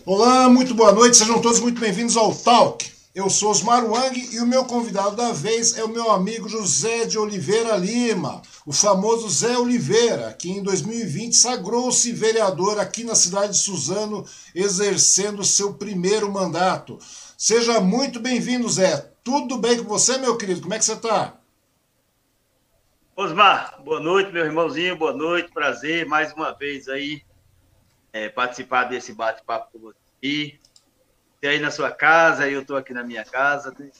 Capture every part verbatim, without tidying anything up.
Olá, muito boa noite, sejam todos muito bem-vindos ao Talk. Eu sou Osmar Wang e o meu convidado da vez é o meu amigo José de Oliveira Lima, o famoso Zé Oliveira, que em dois mil e vinte sagrou-se vereador aqui na cidade de Suzano, exercendo seu primeiro mandato. Seja muito bem-vindo, Zé. Tudo bem com você, meu querido? Como é que você está? Osmar, boa noite, meu irmãozinho, boa noite, prazer mais uma vez aí é, participar desse bate-papo com você. E você aí na sua casa, eu estou aqui na minha casa, né?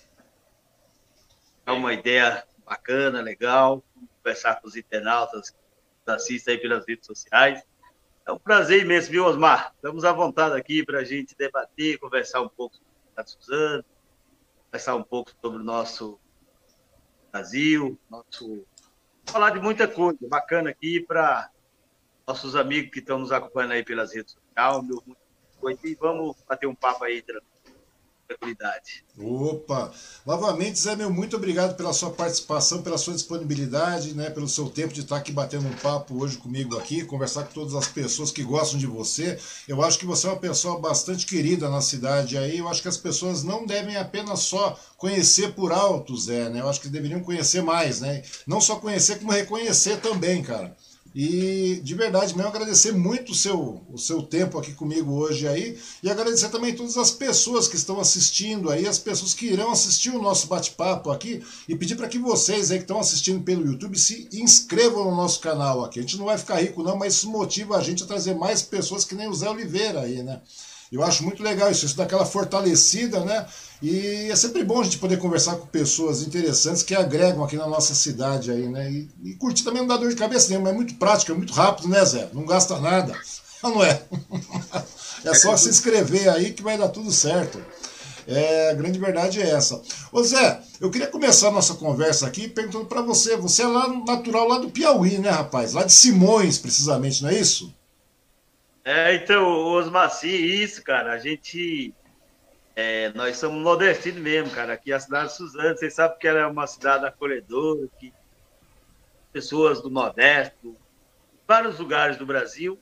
É uma ideia bacana, legal, conversar com os internautas que nos assistem aí pelas redes sociais. É um prazer imenso, viu, Osmar? Estamos à vontade aqui para a gente debater, conversar um pouco sobre o Estado de Suzano, conversar um pouco sobre o nosso Brasil, nosso... falar de muita coisa bacana aqui para nossos amigos que estão nos acompanhando aí pelas redes sociais, meu muito boa, e vamos bater um papo aí, tranquilidade. Opa! Novamente, Zé, meu muito obrigado pela sua participação, pela sua disponibilidade, né, pelo seu tempo de estar aqui batendo um papo hoje comigo aqui, conversar com todas as pessoas que gostam de você. Eu acho que você é uma pessoa bastante querida na cidade aí. Eu acho que as pessoas não devem apenas só conhecer por alto, Zé, né? Eu acho que deveriam conhecer mais, né? Não só conhecer, como reconhecer também, cara. E de verdade mesmo agradecer muito o seu, o seu tempo aqui comigo hoje aí e agradecer também todas as pessoas que estão assistindo aí, as pessoas que irão assistir o nosso bate-papo aqui e pedir para que vocês aí que estão assistindo pelo YouTube se inscrevam no nosso canal aqui. A gente não vai ficar rico não, mas isso motiva a gente a trazer mais pessoas que nem o Zé Oliveira aí, né? Eu acho muito legal isso, isso dá aquela fortalecida, né? E é sempre bom a gente poder conversar com pessoas interessantes que agregam aqui na nossa cidade aí, né? E, e curtir também não dá dor de cabeça nenhuma, é muito prático, é muito rápido, né, Zé? Não gasta nada. Não é? É só se inscrever aí que vai dar tudo certo. É, a grande verdade é essa. Ô Zé, eu queria começar a nossa conversa aqui perguntando para você. Você é lá natural lá do Piauí, né, rapaz? Lá de Simões, precisamente, não é isso? É, então, Osmaci, isso, cara, a gente, é, nós somos nordestinos mesmo, cara, aqui é a cidade de Suzano, vocês sabem que ela é uma cidade acolhedora, que pessoas do Nordeste, de vários lugares do Brasil,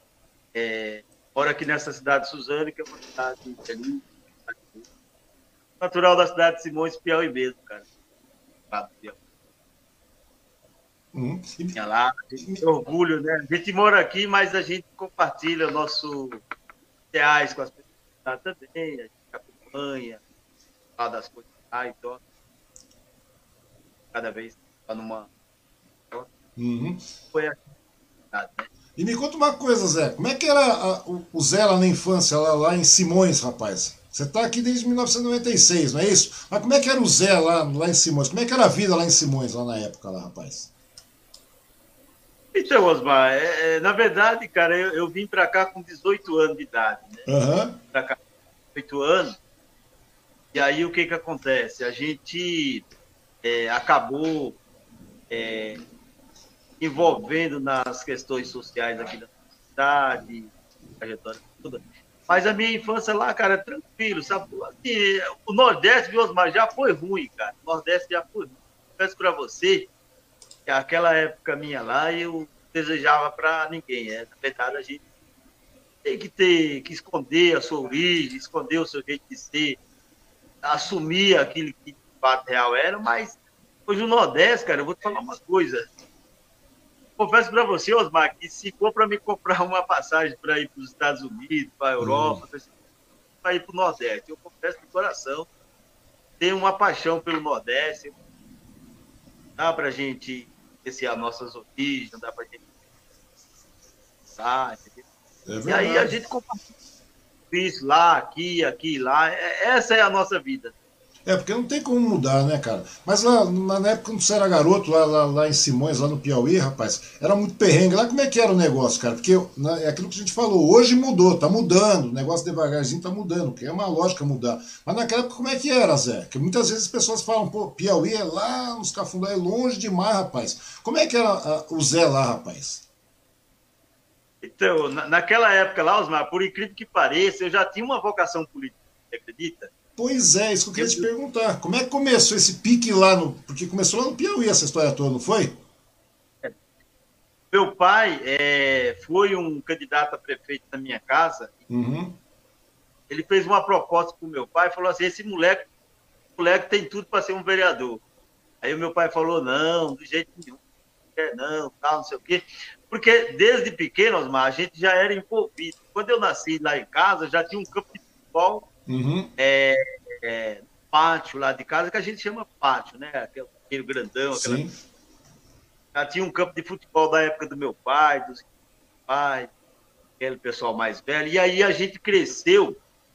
é, moram aqui nessa cidade de Suzano, que é uma cidade feliz, natural da cidade de Simões, Piauí mesmo, cara. Uhum. E, Lá, a gente tem orgulho, né? A gente mora aqui, mas a gente compartilha nossos ideais com as pessoas lá também, a gente acompanha, fala das coisas lá, então, cada vez está numa. uhum. Foi a cidade, né? E me conta uma coisa, Zé. Como é que era a- o, o Zé lá na infância, lá, lá em Simões, rapaz? Você tá aqui desde mil novecentos e noventa e seis, não é isso? Mas como é que era o Zé lá, lá em Simões? Como é que era a vida lá em Simões, lá na época, lá, rapaz? Então, Osmar, é, é, na verdade, cara, eu, eu vim para cá com dezoito anos de idade, né? Aham. Para cá com dezoito anos, e aí o que que acontece? A gente é, acabou envolvendo nas questões sociais aqui da cidade, trajetória toda. Mas a minha infância lá, cara, é tranquilo, sabe? Assim, o Nordeste, viu, Osmar, já foi ruim, cara. O Nordeste já foi ruim. Peço para você que aquela época minha lá, eu desejava para ninguém. É, na verdade, a gente tem que ter, que esconder a sua origem, esconder o seu jeito de ser, assumir aquilo que de fato real era, mas hoje no Nordeste, cara, eu vou te falar uma coisa. Confesso para você, Osmar, que se for para me comprar uma passagem para ir para os Estados Unidos, para a Uhum. Europa, para ir para o Nordeste, eu confesso de coração, tenho uma paixão pelo Nordeste, dá para a gente apreciar nossas origens, dá para a gente pensar, entendeu? É E aí a verdade. gente compartilha isso lá, aqui, aqui, lá. É- essa é a nossa vida. É, porque não tem como mudar, né, cara? Mas lá, na na época, quando você era garoto, lá, lá, lá em Simões, lá no Piauí, rapaz, era muito perrengue. Lá como é que era o negócio, cara? Porque né, é aquilo que a gente falou, hoje mudou, tá mudando, o negócio devagarzinho tá mudando, porque é uma lógica mudar. Mas naquela época como é que era, Zé? Porque muitas vezes as pessoas falam, pô, Piauí é lá nos Cafundó, é longe demais, rapaz. Como é que era ah, o Zé lá, rapaz? Então, na, naquela época lá, Osmar, por incrível que pareça, eu já tinha uma vocação política, você acredita? Pois é, isso que eu queria Eu, te perguntar. Como é que começou esse pique lá no. Porque começou lá no Piauí essa história toda, não foi? meu pai é, foi um candidato a prefeito na minha casa, Uhum. ele fez uma proposta para o meu pai, falou assim, esse moleque, moleque tem tudo para ser um vereador. Aí o meu pai falou, não, do jeito nenhum, não quer não, tal, não sei o quê. Porque desde pequeno, Osmar, a gente já era envolvido. Quando eu nasci lá em casa, já tinha um campo de futebol, Uhum. é, é, pátio lá de casa, que a gente chama pátio, né? Aquele, aquele grandão, aquela... Sim. Já tinha um campo de futebol da época do meu pai, dos pais, aquele pessoal mais velho. E aí a gente cresceu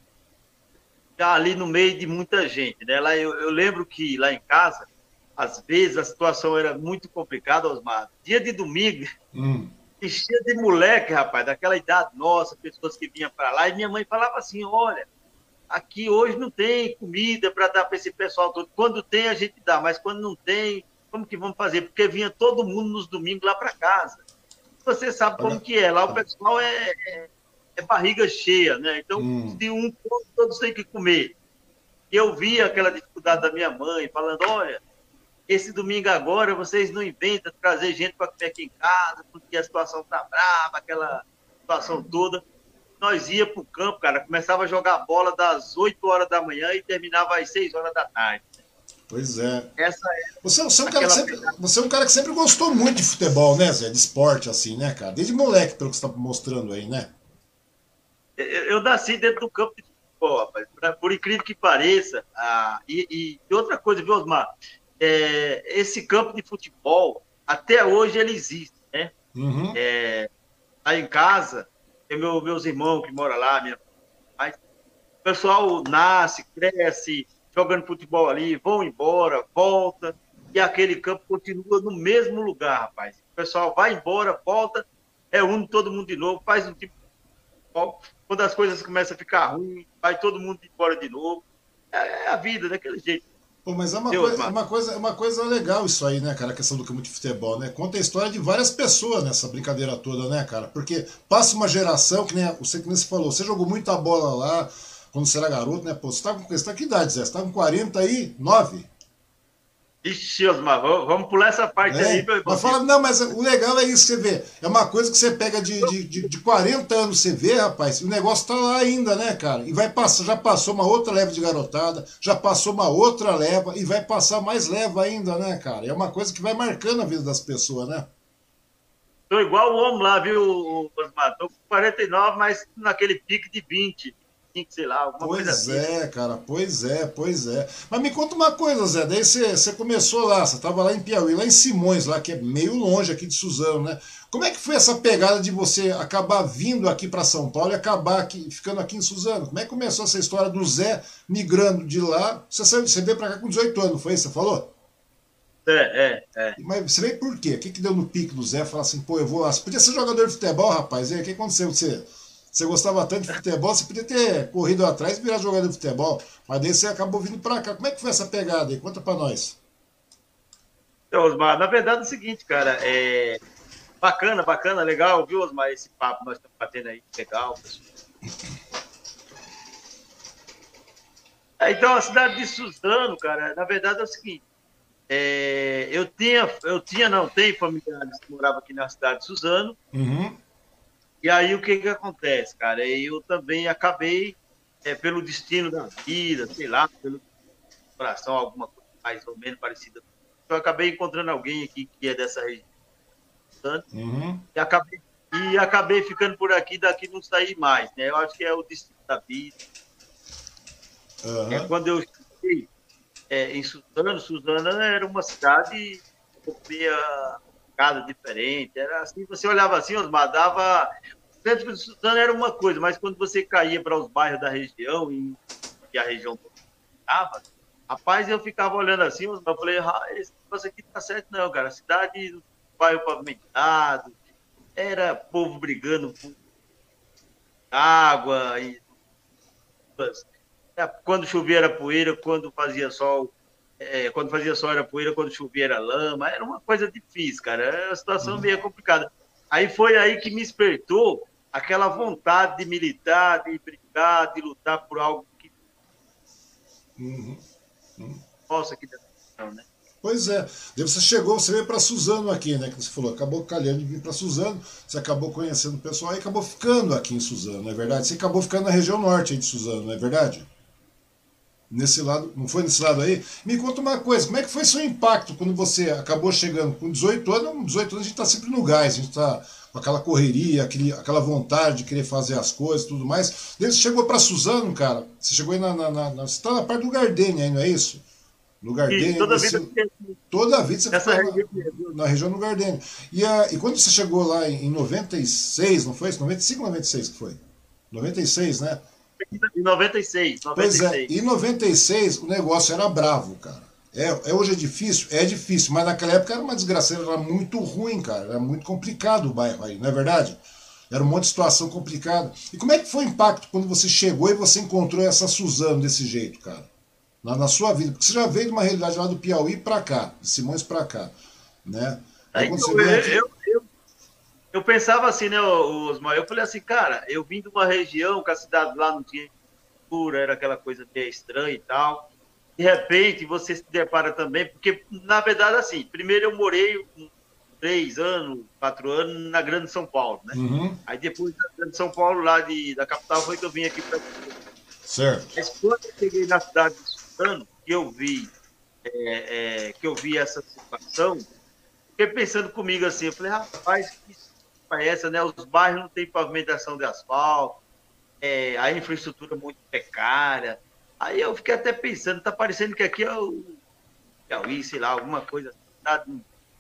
já ali no meio de muita gente, né? Lá eu, eu lembro que lá em casa, às vezes a situação era muito complicada, Osmar. Dia de domingo, Hum. enchia de moleque, rapaz, daquela idade nossa, pessoas que vinham para lá, e minha mãe falava assim, olha, aqui hoje não tem comida para dar para esse pessoal todo. Quando tem, a gente dá, mas quando não tem, como que vamos fazer? Porque vinha todo mundo nos domingos lá para casa. Você sabe como que é, lá o pessoal é, é, é barriga cheia, né? Então, Hum. se um, todos têm que comer. E eu via aquela dificuldade da minha mãe, falando, olha, esse domingo agora vocês não inventam trazer gente para comer aqui em casa, porque a situação está brava, aquela situação toda. Nós ia para o campo, cara, começava a jogar bola das oito horas da manhã e terminava às seis horas da tarde. Pois é. Essa é Você, você, é um cara que sempre, você é um cara que sempre gostou muito de futebol, né, Zé? De esporte, assim, né, cara? Desde moleque, pelo que você está mostrando aí, né? Eu, eu nasci dentro do campo de futebol, rapaz. Por incrível que pareça. Ah, e, e outra coisa, viu, Osmar? É, esse campo de futebol, até hoje ele existe, né? Uhum. É, lá em casa, tem meu, meus irmãos que moram lá, minha mãe. O pessoal nasce, cresce, jogando futebol ali, vão embora, volta, e aquele campo continua no mesmo lugar, rapaz. O pessoal vai embora, volta, reúne todo mundo de novo, faz um tipo de futebol. Quando as coisas começam a ficar ruins, vai todo mundo embora de novo. É a vida, daquele jeito. Pô, mas é uma, Deus, coisa, é, uma coisa, é uma coisa legal isso aí, né, cara? A questão do campo de futebol, né? Conta a história de várias pessoas nessa brincadeira toda, né, cara? Porque passa uma geração, que nem você, que nem você falou, você jogou muita bola lá quando você era garoto, né? Pô, você tá com, você tá com que idade, Zé? Você tá com quarenta e nove? Ixi, Osmar, vamos pular essa parte É, aí, meu irmão. mas fala, não, mas o legal é isso, você vê. É uma coisa que você pega de, de, de, de quarenta anos, você vê, rapaz, e o negócio tá lá ainda, né, cara? E vai passar, já passou uma outra leva de garotada, já passou uma outra leva, e vai passar mais leva ainda, né, cara? É uma coisa que vai marcando a vida das pessoas, né? Tô igual o homem lá, viu, Osmar? Tô com quarenta e nove, mas naquele pique de vinte, sei lá, alguma Pois coisa assim. é, Né? cara, pois é, pois é. Mas me conta uma coisa, Zé, daí você, você começou lá, você tava lá em Piauí, lá em Simões, lá, que é meio longe aqui de Suzano, né? Como é que foi essa pegada de você acabar vindo aqui para São Paulo e acabar aqui, ficando aqui em Suzano? Como é que começou essa história do Zé migrando de lá? Você, saiu, você veio para cá com dezoito anos, foi isso que você falou? É, é, é. Mas você veio por quê? O que, que deu no pique do Zé? Falar assim, pô, eu vou. Você podia ser jogador de futebol, rapaz. E aí, o que aconteceu? Você, você gostava tanto de futebol, você podia ter corrido atrás e virar jogador de futebol. Mas daí você acabou vindo pra cá. Como é que foi essa pegada aí? Conta pra nós. Então, Osmar, na verdade é o seguinte, cara, é bacana, bacana, legal, viu, Osmar, esse papo nós estamos batendo aí, legal, pessoal. É, então, a cidade de Suzano, cara, na verdade é o seguinte, é, eu tinha, eu tinha, não, tem familiares que moravam aqui na cidade de Suzano, Uhum. e aí o que que acontece, cara, eu também acabei, é, pelo destino da vida, sei lá, pelo coração, alguma coisa mais ou menos parecida, eu acabei encontrando alguém aqui que é dessa região, Uhum. e acabei, e acabei ficando por aqui, daqui não saí mais, né, eu acho que é o destino da vida. É, Uhum. quando eu cheguei é, em Suzano, Suzano era uma cidade meio cada diferente, era assim, você olhava assim, Osmar, dava... O centro de Suzano era uma coisa, mas quando você caía para os bairros da região, e, e a região estava, rapaz, eu ficava olhando assim, Osmar, eu falei, ah, esse negócio aqui tá certo não, cara, a cidade, bairro pavimentado, era povo brigando por água, e quando chovia era poeira, quando fazia sol, é, quando fazia sol era poeira, quando chovia era lama, era uma coisa difícil, cara, era uma situação meio complicada. Aí foi aí que me despertou aquela vontade de militar, de brigar, de lutar por algo que Uhum. Uhum. nossa, que decisão, né? Pois é. Daí você chegou, você veio para Suzano aqui, né? Que você falou, acabou calhando de vir para Suzano, você acabou conhecendo o pessoal e acabou ficando aqui em Suzano, não é verdade? Você acabou ficando na região norte aí de Suzano, não é verdade? Nesse lado, não foi nesse lado aí? Me conta uma coisa, como é que foi seu impacto quando você acabou chegando com dezoito anos? Com dezoito anos a gente está sempre no gás, a gente está com aquela correria, aquele, aquela vontade de querer fazer as coisas e tudo mais. Daí você chegou para Suzano, cara, você chegou aí na, na, na, na você está na parte do Gardênia aí, não é isso? No E Gardênia, toda a nesse, vida toda a vida você nessa ficou região. na, na região do Gardênia. E, a, e quando você chegou lá em, em noventa e seis, não foi isso? noventa e cinco ou noventa e seis que foi? noventa e seis, né? Em noventa e seis, Pois é, noventa e seis. em noventa e seis o negócio era bravo, cara. É, é, hoje é difícil? É difícil, mas naquela época era uma desgraceira, era muito ruim, cara. Era muito complicado o bairro aí, não é verdade? Era um monte de situação complicada. E como é que foi o impacto quando você chegou e você encontrou essa Suzano desse jeito, cara? Na, na sua vida? Porque você já veio de uma realidade lá do Piauí pra cá, de Simões pra cá, né? Aí Aí, quando eu, você veio aqui... eu, eu, eu pensava assim, né, Osmar? Eu falei assim, cara, eu vim de uma região que a cidade lá não tinha cultura, era aquela coisa meio estranha e tal. De repente, você se depara também, porque, na verdade, assim, primeiro eu morei um, três anos, quatro anos na Grande São Paulo, né? Uhum. Aí depois da Grande São Paulo, lá de, da capital, foi que eu vim aqui para... Certo. Mas quando eu cheguei na cidade de Suzano, que eu vi, é, é, que eu vi essa situação, fiquei pensando comigo assim, eu falei, rapaz, que é essa, né? Os bairros não têm pavimentação de asfalto, é, a infraestrutura muito precária. Aí eu fiquei até pensando, tá parecendo que aqui é o Piauí, sei lá, alguma coisa assim,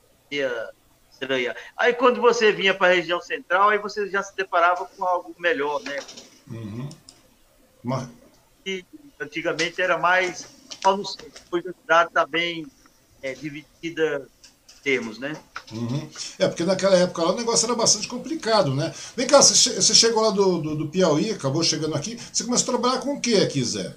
estranha. Aí quando você vinha para a região central, aí você já se deparava com algo melhor, né? Uhum. Mas... E antigamente era mais só no centro, depois a cidade está bem é, dividida em termos, né? Uhum. É, porque naquela época lá o negócio era bastante complicado, né? Vem cá, você, che você chegou lá do, do, do Piauí, acabou chegando aqui, você começou a trabalhar com o que aqui, Zé?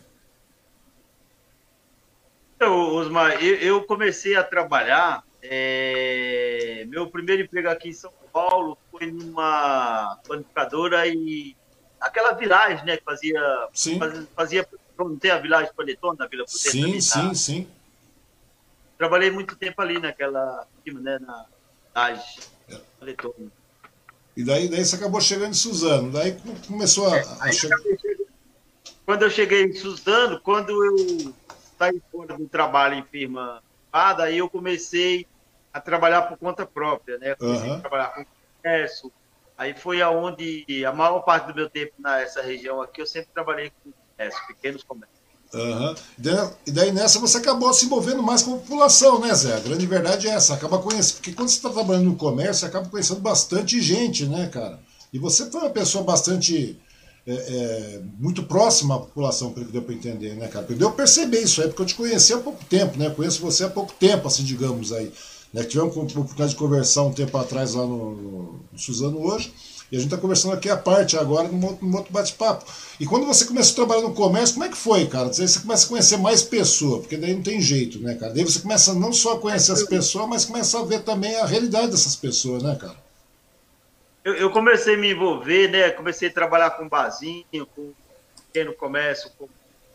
Então, Osmar, eu, eu comecei a trabalhar, é, meu primeiro emprego aqui em São Paulo foi numa panificadora e aquela vilagem, né, que fazia, Sim, fazia, fazia não tem a vilagem Panetone, na Vila Prudente sim, ali, sim, na, sim. trabalhei muito tempo ali naquela, né, na vilagem Panetone. E daí, daí você acabou chegando em Suzano, daí começou a, É, a aí, chegar... quando eu cheguei em Suzano, quando eu saí fora do trabalho em firma privada, aí eu comecei a trabalhar por conta própria, né? Comecei a Uhum. trabalhar com comércio. Aí foi aonde a maior parte do meu tempo nessa região aqui eu sempre trabalhei com comércio, pequenos comércios. Uhum. E daí nessa você acabou se envolvendo mais com a população, né, Zé? A grande verdade é essa, acaba conhecendo, porque quando você está trabalhando no comércio, você acaba conhecendo bastante gente, né, cara? E você foi uma pessoa bastante é, é, muito próxima à população, pelo que deu para entender, né, cara? Porque deu para perceber isso aí, porque eu te conheci há pouco tempo, né? Eu conheço você há pouco tempo, assim, digamos aí. Né? Tivemos a oportunidade de conversar um tempo atrás lá no, no, no Suzano hoje. E a gente está conversando aqui à parte agora, num outro, num outro bate-papo. E quando você começou a trabalhar no comércio, como é que foi, cara? Você começa a conhecer mais pessoas, porque daí não tem jeito, né, cara? Daí você começa não só a conhecer as pessoas, mas começa a ver também a realidade dessas pessoas, né, cara? Eu, eu comecei a me envolver, né? Comecei a trabalhar com barzinho, com pequeno comércio, com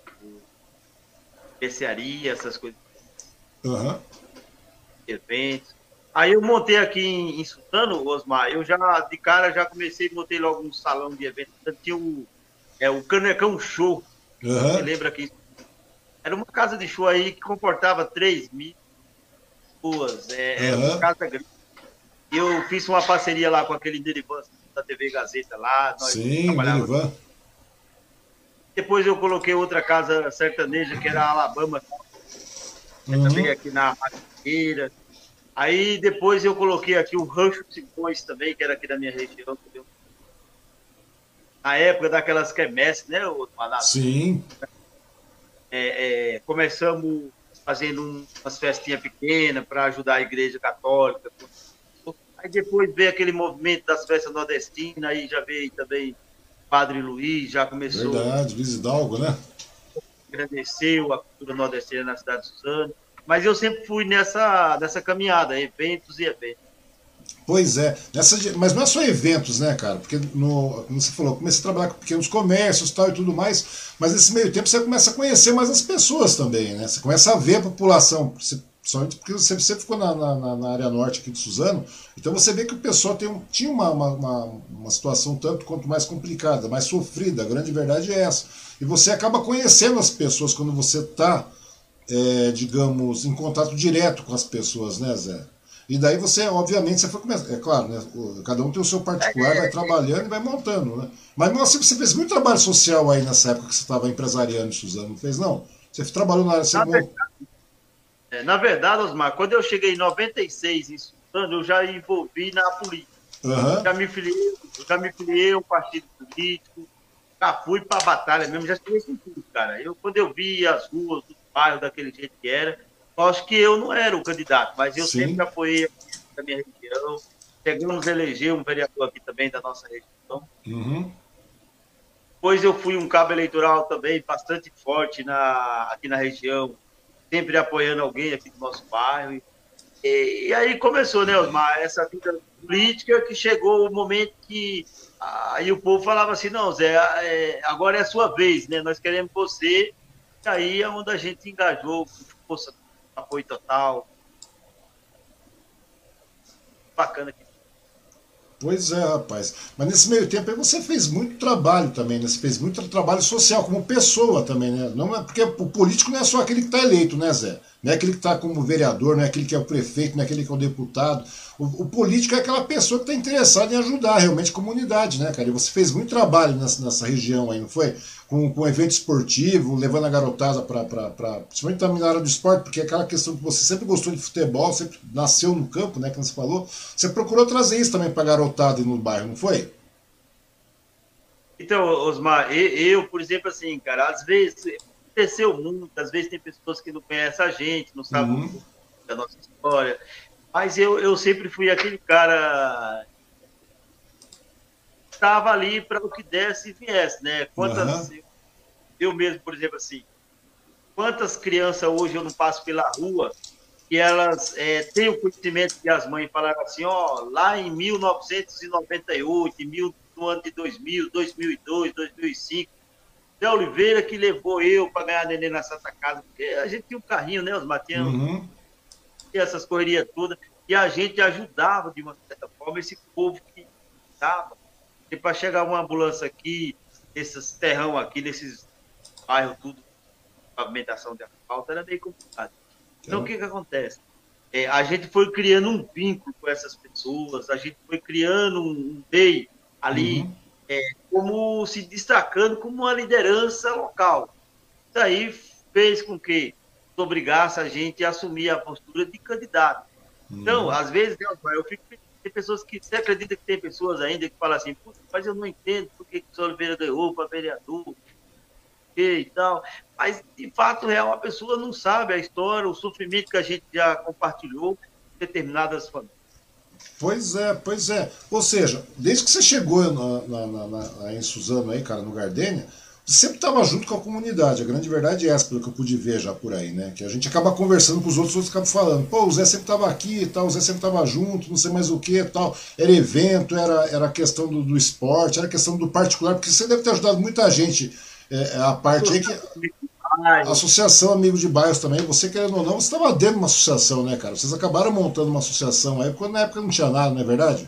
especiaria, essas coisas, Uhum. eventos. Aí eu montei aqui em, em Suzano, Osmar, eu já, de cara, já comecei, montei logo um salão de eventos. Tinha o, é, o Canecão Show, Uhum. você lembra que era uma casa de show aí que comportava três mil pessoas, é, era uma Uhum. casa grande. Eu fiz uma parceria lá com aquele Nerivan da T V Gazeta lá, nós Sim, trabalhávamos. Nerivan. Depois eu coloquei outra casa sertaneja, que era a Alabama, Uhum. também aqui na Madureira. Aí depois eu coloquei aqui o Rancho Simões também, que era aqui da minha região, entendeu? Na época daquelas quermesses, né, o Sim. É, é, começamos fazendo um, umas festinhas pequenas para ajudar a Igreja Católica. Aí depois veio aquele movimento das festas nordestinas, aí já veio também Padre Luiz, já começou. Verdade, Luiz Hidalgo, né? Agradeceu a cultura nordestina na cidade de Suzano. Mas eu sempre fui nessa, nessa caminhada, eventos e eventos. Pois é, nessa, mas não é só eventos, né, cara? Porque, no, como você falou, comecei a trabalhar com pequenos comércios tal, e tudo mais, mas nesse meio tempo você começa a conhecer mais as pessoas também, né? Você começa a ver a população, você Principalmente porque você sempre ficou na, na, na área norte aqui de Suzano, então você vê que o pessoal tem um, tinha uma, uma, uma, uma situação tanto quanto mais complicada, mais sofrida, a grande verdade é essa. E você acaba conhecendo as pessoas quando você está, é, digamos, em contato direto com as pessoas, né, Zé? E daí você, obviamente, você foi começando. É claro, né? Cada um tem o seu particular, vai trabalhando e vai montando, né? Mas mesmo assim, você fez muito trabalho social aí nessa época que você estava empresariando em Suzano, não fez, não? Você trabalhou na área. Você Na verdade, é, na verdade, Osmar, quando eu cheguei em noventa e seis em Suzano, eu já envolvi na política. Uhum. Já me filiei, já me filiei a um partido político, já fui para a batalha mesmo, já cheguei com tudo, cara. Eu, quando eu vi as ruas, os bairros daquele jeito que era, eu acho que eu não era o candidato, mas eu sempre Sim. apoiei a minha região. Chegamos a eleger um vereador aqui também da nossa região. Uhum. Depois eu fui um cabo eleitoral também bastante forte na, aqui na região, sempre apoiando alguém aqui do nosso bairro. E, e aí começou, né, Osmar, essa vida política que chegou o momento que aí o povo falava assim, não, Zé, é, agora é a sua vez, né? Nós queremos você. E aí é onde a gente engajou com força, apoio total. Bacana aqui. Pois é, rapaz. Mas nesse meio tempo aí você fez muito trabalho também, né? Você fez muito trabalho social como pessoa também, né? Não é porque o político não é só aquele que está eleito, né, Zé? Não é aquele que está como vereador, não é aquele que é o prefeito, não é aquele que é o deputado. O, o político é aquela pessoa que está interessada em ajudar realmente a comunidade, né, cara? E você fez muito trabalho nessa, nessa região aí, não foi? Com, com evento esportivo, levando a garotada para. Principalmente também na área do esporte, porque é aquela questão que você sempre gostou de futebol, sempre nasceu no campo, né, como você falou. Você procurou trazer isso também para a garotada no bairro, não foi? Então, Osmar, eu, por exemplo, assim, cara, às vezes aconteceu muito, às vezes tem pessoas que não conhecem a gente, não sabem um Uhum. pouco da nossa história, mas eu, eu sempre fui aquele cara que estava ali para o que desse e viesse, né? Quantas, Uhum. eu mesmo, por exemplo, assim, quantas crianças hoje eu não passo pela rua e elas é, têm o conhecimento que as mães falaram assim, ó, lá em mil novecentos e noventa e oito, em mil, no ano de dois mil, dois mil e dois, dois mil e cinco, Zé Oliveira que levou eu para ganhar neném na Santa Casa, porque a gente tinha um carrinho, né, os Matianos, Uhum. essas correrias todas, e a gente ajudava de uma certa forma esse povo que estava. E para chegar uma ambulância aqui, esses terrão aqui, nesses bairros, tudo, pavimentação de asfalto, era meio complicado. Então, o Era- que, que acontece? É, a gente foi criando um vínculo com essas pessoas, a gente foi criando um meio ali, Uhum. é, como se destacando como uma liderança local. Isso aí fez com que obrigasse a gente a assumir a postura de candidato. Então, Uhum. às vezes, né, eu fico tem pessoas que você acredita que tem pessoas ainda que falam assim, mas eu não entendo por que o Oliveira ganhou para vereador e tal. Mas, de fato, real, a pessoa não sabe a história, o sofrimento que a gente já compartilhou com determinadas famílias. Pois é, pois é. Ou seja, desde que você chegou na, na, na, na, em Suzano aí, cara, no Gardênia, você sempre estava junto com a comunidade. A grande verdade é essa, pelo que eu pude ver já por aí, né? Que a gente acaba conversando com os outros, os outros acabam falando, pô, o Zé sempre estava aqui e tal, o Zé sempre estava junto, não sei mais o que e tal. Era evento, era, era questão do, do esporte, era questão do particular, porque você deve ter ajudado muita gente, é, a parte aí que Associação Amigos de Bairros também, você querendo ou não, você estava dentro de uma associação, né, cara? Vocês acabaram montando uma associação aí, quando na época não tinha nada, não é verdade?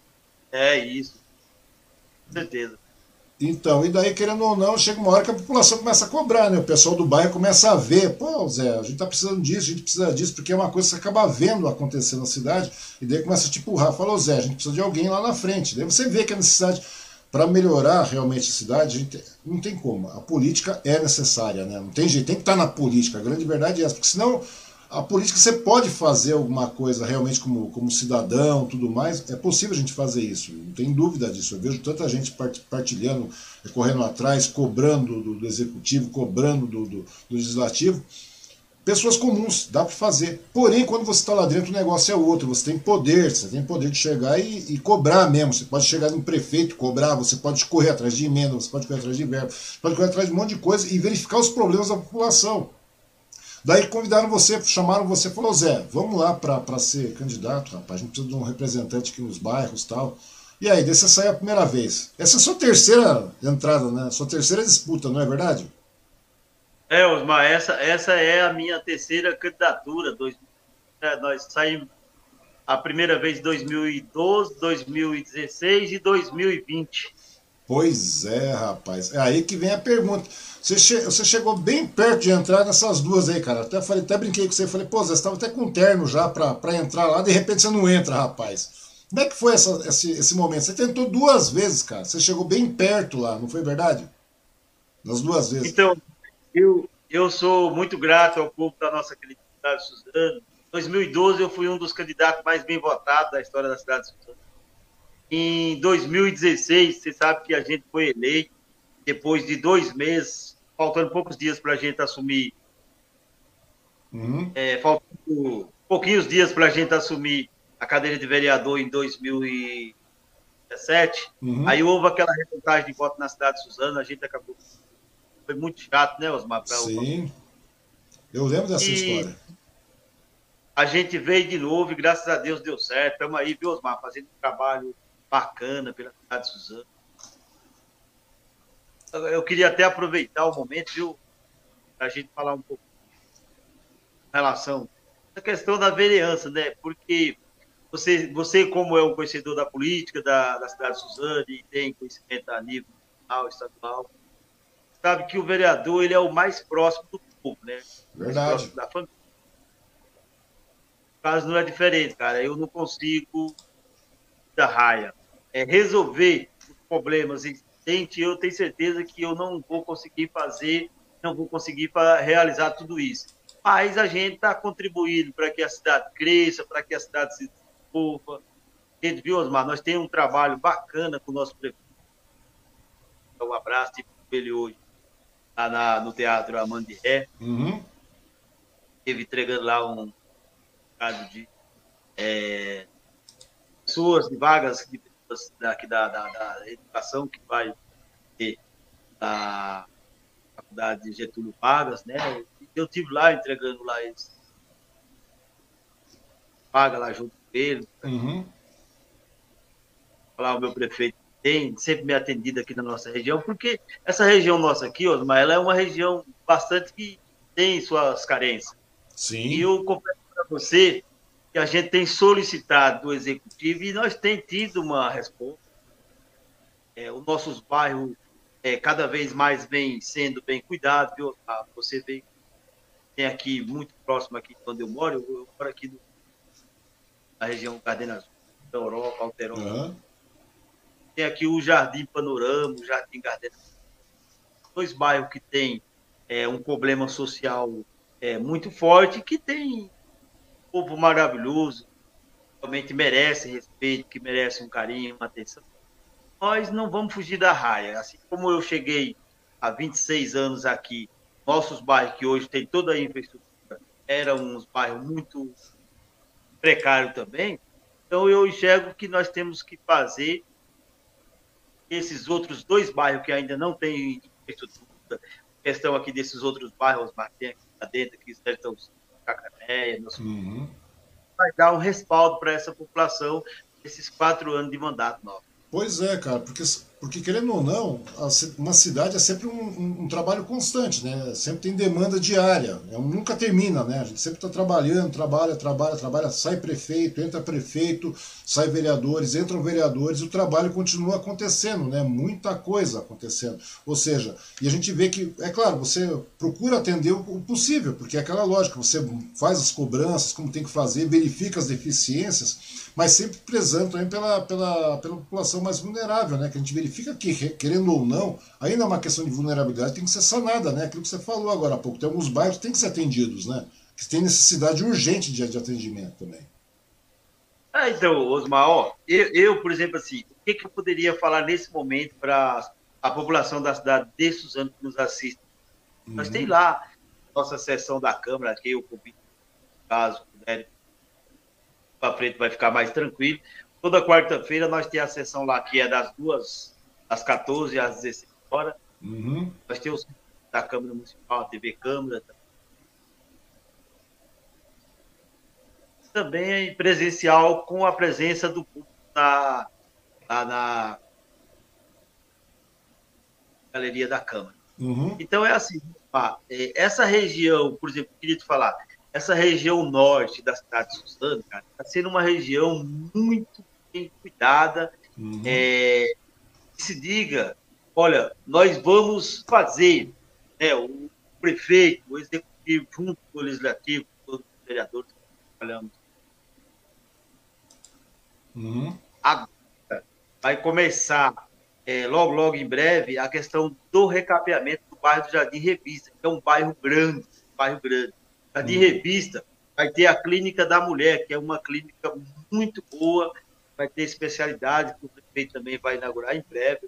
É isso, com certeza. Então, e daí, querendo ou não, chega uma hora que a população começa a cobrar, né? O pessoal do bairro começa a ver, pô, Zé, a gente tá precisando disso, a gente precisa disso, porque é uma coisa que você acaba vendo acontecer na cidade, e daí começa a te empurrar, fala, Zé, a gente precisa de alguém lá na frente. Daí você vê que a necessidade, para melhorar realmente a cidade, a gente, não tem como. A política é necessária, né? Não tem jeito, tem que estar na política. A grande verdade é essa, porque senão a política você pode fazer alguma coisa realmente como, como cidadão, tudo mais, é possível a gente fazer isso, não tem dúvida disso. Eu vejo tanta gente partilhando, correndo atrás, cobrando do, do executivo, cobrando do, do, do legislativo. Pessoas comuns, dá para fazer. Porém, quando você está lá dentro, o negócio é outro. Você tem poder, você tem poder de chegar e, e cobrar mesmo. Você pode chegar no prefeito, cobrar, você pode correr atrás de emenda, você pode correr atrás de verba, você pode correr atrás de um monte de coisa e verificar os problemas da população. Daí convidaram você, chamaram você e falou, Zé, vamos lá para ser candidato, rapaz, a gente precisa de um representante aqui nos bairros e tal. E aí, daí você saiu a primeira vez. Essa é a sua terceira entrada, né? Sua terceira disputa, não é verdade? É, Osmar, essa, essa é a minha terceira candidatura, dois mil né? Nós saímos a primeira vez em dois mil e doze, dois mil e dezesseis e dois mil e vinte. Pois é, rapaz. É aí que vem a pergunta. Você, che você chegou bem perto de entrar nessas duas aí, cara. Até, falei, até brinquei com você. Falei, pô, você estava até com um terno já pra, pra entrar lá, de repente você não entra, rapaz. Como é que foi essa, esse, esse momento? Você tentou duas vezes, cara. Você chegou bem perto lá, não foi verdade? Das duas vezes. Então, eu, eu sou muito grato ao povo da nossa querida cidade de Suzano. Em dois mil e doze, eu fui um dos candidatos mais bem votados da história da cidade de Suzano. Em dois mil e dezesseis, você sabe que a gente foi eleito, depois de dois meses, faltando poucos dias para a gente assumir, Uhum. é, faltando pouquinhos dias para a gente assumir a cadeira de vereador em dois mil e dezessete. Uhum. Aí houve aquela reportagem de voto na cidade de Suzano, a gente acabou. Foi muito chato, né, Osmar? Pra Sim, eu lembro dessa e história. a gente veio de novo e graças a Deus deu certo. Estamos aí, viu, Osmar, fazendo um trabalho bacana pela cidade de Suzano. Eu queria até aproveitar o momento, viu, para a gente falar um pouco em relação à questão da vereança, né? Porque você, você como é um conhecedor da política da, da cidade de Suzano e tem conhecimento a nível nacional, estadual, sabe que o vereador ele é o mais próximo do povo, né? Mais Verdade. próximo da família. O caso não é diferente, cara. Eu não consigo da raia é, resolver os problemas existentes. Eu tenho certeza que eu não vou conseguir fazer, não vou conseguir realizar tudo isso. Mas a gente está contribuindo para que a cidade cresça, para que a cidade se desenvolva. Gente, viu, Osmar? Nós temos um trabalho bacana com o nosso prefeito. Um abraço, tipo ele hoje, lá na, no Teatro Amandi Ré. Uhum. Esteve entregando lá um caso de é, pessoas, de vagas de pessoas daqui da, da, da educação que vai ter a faculdade de Getúlio Vargas, né? Eu estive lá entregando lá esse vaga lá junto com ele. Uhum. Lá o meu prefeito tem sempre me atendido aqui na nossa região, porque essa região nossa aqui, Osmar, ela é uma região bastante que tem suas carências. E Sim. eu confesso para você que a gente tem solicitado do executivo e nós tem tido uma resposta. É, os nossos bairros é, cada vez mais vêm sendo bem cuidados, viu? Você vê, tem aqui muito próximo aqui de onde eu moro, eu, eu moro aqui no, na região Gardena Azul, Europa, Alteron. Uhum. Tem aqui o Jardim Panorama, o Jardim Gardena Azul. Dois bairros que têm é, um problema social é, muito forte, que tem um povo maravilhoso, realmente merece respeito, que merece um carinho, uma atenção. Nós não vamos fugir da raia. Assim como eu cheguei há vinte e seis anos aqui, nossos bairros que hoje têm toda a infraestrutura, eram uns bairros muito precários também. Então eu enxergo que nós temos que fazer esses outros dois bairros que ainda não têm infraestrutura, questão aqui desses outros bairros, Martim, aqui lá dentro, aqui estão Cacanéia, nosso... Uhum. vai dar um respaldo para essa população nesses quatro anos de mandato nosso. Pois é, cara, porque, porque querendo ou não, uma cidade é sempre um, um, um trabalho constante, né? Sempre tem demanda diária, é um, nunca termina, né? A gente sempre está trabalhando, trabalha, trabalha, trabalha, sai prefeito, entra prefeito, sai vereadores, entram vereadores, e o trabalho continua acontecendo, né? Muita coisa acontecendo. Ou seja, e a gente vê que, é claro, você procura atender o possível, porque é aquela lógica, você faz as cobranças, como tem que fazer, verifica as deficiências, mas sempre prezando também pela, pela, pela população mais vulnerável, né? Que a gente verifica que, querendo ou não, ainda é uma questão de vulnerabilidade, tem que ser sanada, né? Aquilo que você falou agora há pouco. Tem alguns bairros que tem que ser atendidos, né? Que tem necessidade urgente de, de atendimento também. Ah, então, Osmar, ó, eu, eu, por exemplo, assim, o que, que eu poderia falar nesse momento para a população da cidade de Suzano que nos assiste? Uhum. Nós tem lá nossa sessão da Câmara, que eu convido, caso puder, para frente vai ficar mais tranquilo. Toda quarta-feira nós temos a sessão lá que é das duas às quatorze às dezesseis horas. Uhum. Nós temos da Câmara Municipal, a T V Câmara. Também é presencial com a presença do público na, na, na galeria da Câmara. Uhum. Então é assim, essa região, por exemplo, eu queria te falar, essa região norte da cidade de Suzano, cara, está sendo uma região muito bem cuidada. Uhum. É, que se diga, olha, nós vamos fazer, né, o prefeito, o executivo, junto com o legislativo, todos os vereadores que trabalhamos. Uhum. Agora vai começar, é, logo, logo em breve, a questão do recapeamento do bairro do Jardim Revista, que é um bairro grande, um bairro grande. Jardim Uhum. Revista vai ter a Clínica da Mulher, que é uma clínica muito boa, vai ter especialidade, que o prefeito também vai inaugurar em breve.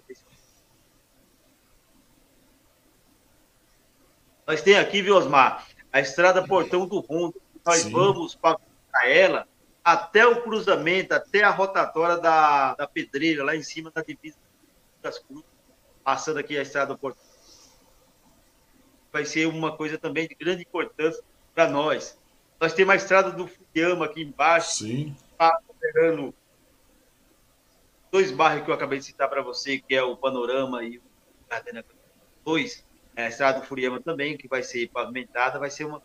Nós temos aqui, viu, Osmar, a estrada Portão do Rondo. Nós Sim. vamos para ela até o cruzamento, até a rotatória da, da Pedreira, lá em cima da divisa das Cruzes, passando aqui a estrada Portão. Vai ser uma coisa também de grande importância para nós. Nós temos a estrada do Fuyama aqui embaixo, Sim. operando dois bairros que eu acabei de citar para você, que é o Panorama e o Gardena dois, a estrada do Furiama também, que vai ser pavimentada, vai ser uma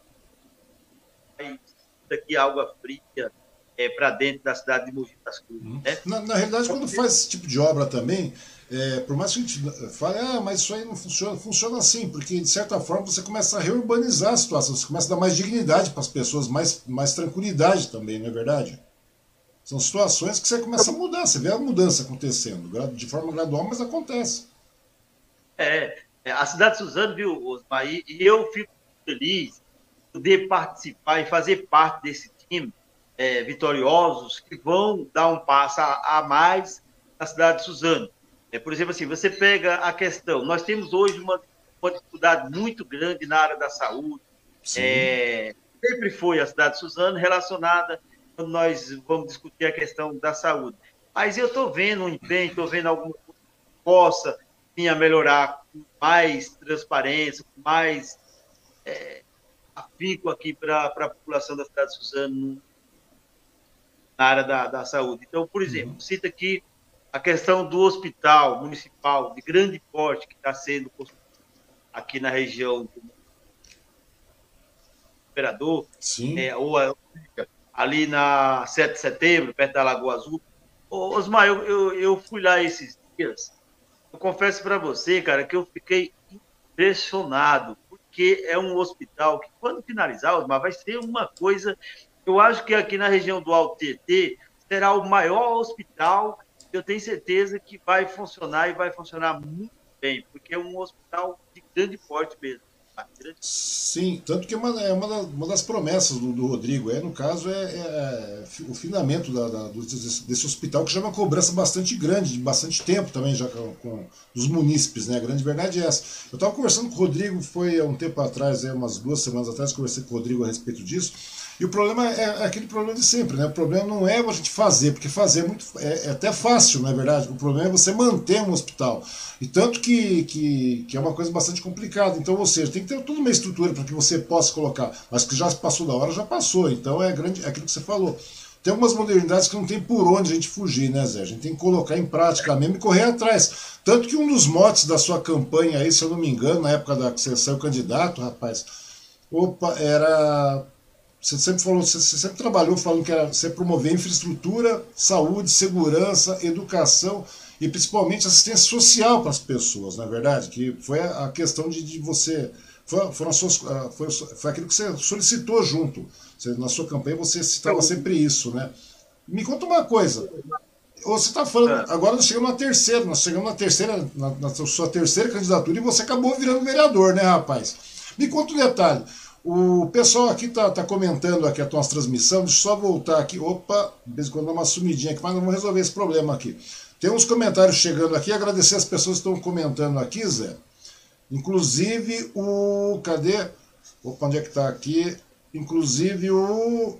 daqui água fria é, para dentro da cidade de Mogi das Cruzes. Uhum. Né? Na, na realidade, quando faz esse tipo de obra também, é, por mais que a gente fale, ah, mas isso aí não funciona, funciona assim, porque de certa forma você começa a reurbanizar a situação, você começa a dar mais dignidade para as pessoas, mais, mais tranquilidade também, não é verdade? São situações que você começa a mudar, você vê a mudança acontecendo, de forma gradual, mas acontece. É, a cidade de Suzano, viu, Osmar, e eu fico feliz de poder participar e fazer parte desse time, é, vitoriosos, que vão dar um passo a, a mais na cidade de Suzano. É, por exemplo, assim, você pega a questão, nós temos hoje uma, uma dificuldade muito grande na área da saúde, é, sempre foi a cidade de Suzano relacionada quando nós vamos discutir a questão da saúde. Mas eu estou vendo um empenho, estou vendo alguma coisa que possa vir a melhorar com mais transparência, com mais é, afinco aqui para a população da cidade de Suzano na área da, da saúde. Então, por exemplo, uhum. cita aqui a questão do hospital municipal de grande porte que está sendo construído aqui na região do Imperador, é, ou a, ali na sete de setembro, perto da Lagoa Azul. Ô, Osmar, eu, eu, eu fui lá esses dias, eu confesso para você, cara, que eu fiquei impressionado, porque é um hospital que, quando finalizar, Osmar, vai ser uma coisa... Eu acho que aqui na região do Alto Tietê será o maior hospital, eu tenho certeza que vai funcionar e vai funcionar muito bem, porque é um hospital de grande porte mesmo. Sim, tanto que é uma, é uma, uma das promessas do, do Rodrigo, é, no caso, é, é o finamento da, da, desse, desse hospital, que já é uma cobrança bastante grande, de bastante tempo também, já com, com os munícipes, né? A grande verdade é essa. Eu estava conversando com o Rodrigo, foi há um tempo atrás, é, umas duas semanas atrás, conversei com o Rodrigo a respeito disso, e o problema é aquele problema de sempre, né? O problema não é a gente fazer, porque fazer é, muito, é, é até fácil, não é verdade? O problema é você manter um hospital. E tanto que, que, que é uma coisa bastante complicada. Então, ou seja, tem que ter toda uma estrutura para que você possa colocar. Mas que já passou da hora, já passou. Então é, grande, é aquilo que você falou. Tem algumas modernidades que não tem por onde a gente fugir, né, Zé? A gente tem que colocar em prática mesmo e correr atrás. Tanto que um dos motes da sua campanha aí, se eu não me engano, na época da que você saiu candidato, rapaz, opa, era... Você sempre falou, você sempre trabalhou falando que era você promover infraestrutura, saúde, segurança, educação e principalmente assistência social para as pessoas, não é verdade? Que foi a questão de, de você, foi, foram suas, foi, foi aquilo que você solicitou junto. Você, na sua campanha você citava sempre isso, né? Me conta uma coisa. Você está falando, agora nós chegamos na terceira, nós chegamos na terceira, na, na sua terceira candidatura e você acabou virando vereador, né, rapaz? Me conta um detalhe. O pessoal aqui tá, tá comentando aqui a nossa transmissão, deixa eu só voltar aqui, opa, de vez em quando dá uma sumidinha aqui, mas nós vamos resolver esse problema aqui. Tem uns comentários chegando aqui, agradecer as pessoas que estão comentando aqui, Zé. Inclusive o, cadê? Opa, onde é que tá aqui? Inclusive o...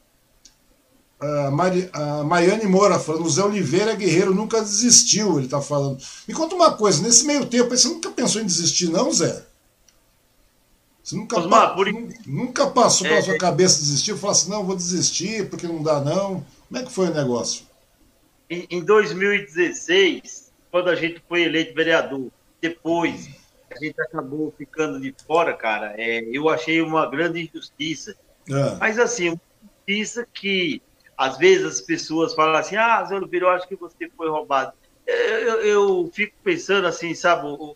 A, Mari, a Maiane Moura falando, o Zé Oliveira Guerreiro nunca desistiu, ele tá falando. Me conta uma coisa, nesse meio tempo, você nunca pensou em desistir não, Zé? Você nunca, Osmar, pa por... nunca passou pela é, sua cabeça desistir? Falou assim, não, vou desistir porque não dá não. Como é que foi o negócio? Em, em dois mil e dezesseis, quando a gente foi eleito vereador, depois a gente acabou ficando de fora, cara, é, eu achei uma grande injustiça É. Mas, assim, isso que, às vezes, as pessoas falam assim, ah, Zé Oliveira, eu acho que você foi roubado. Eu, eu, eu fico pensando assim, sabe, o,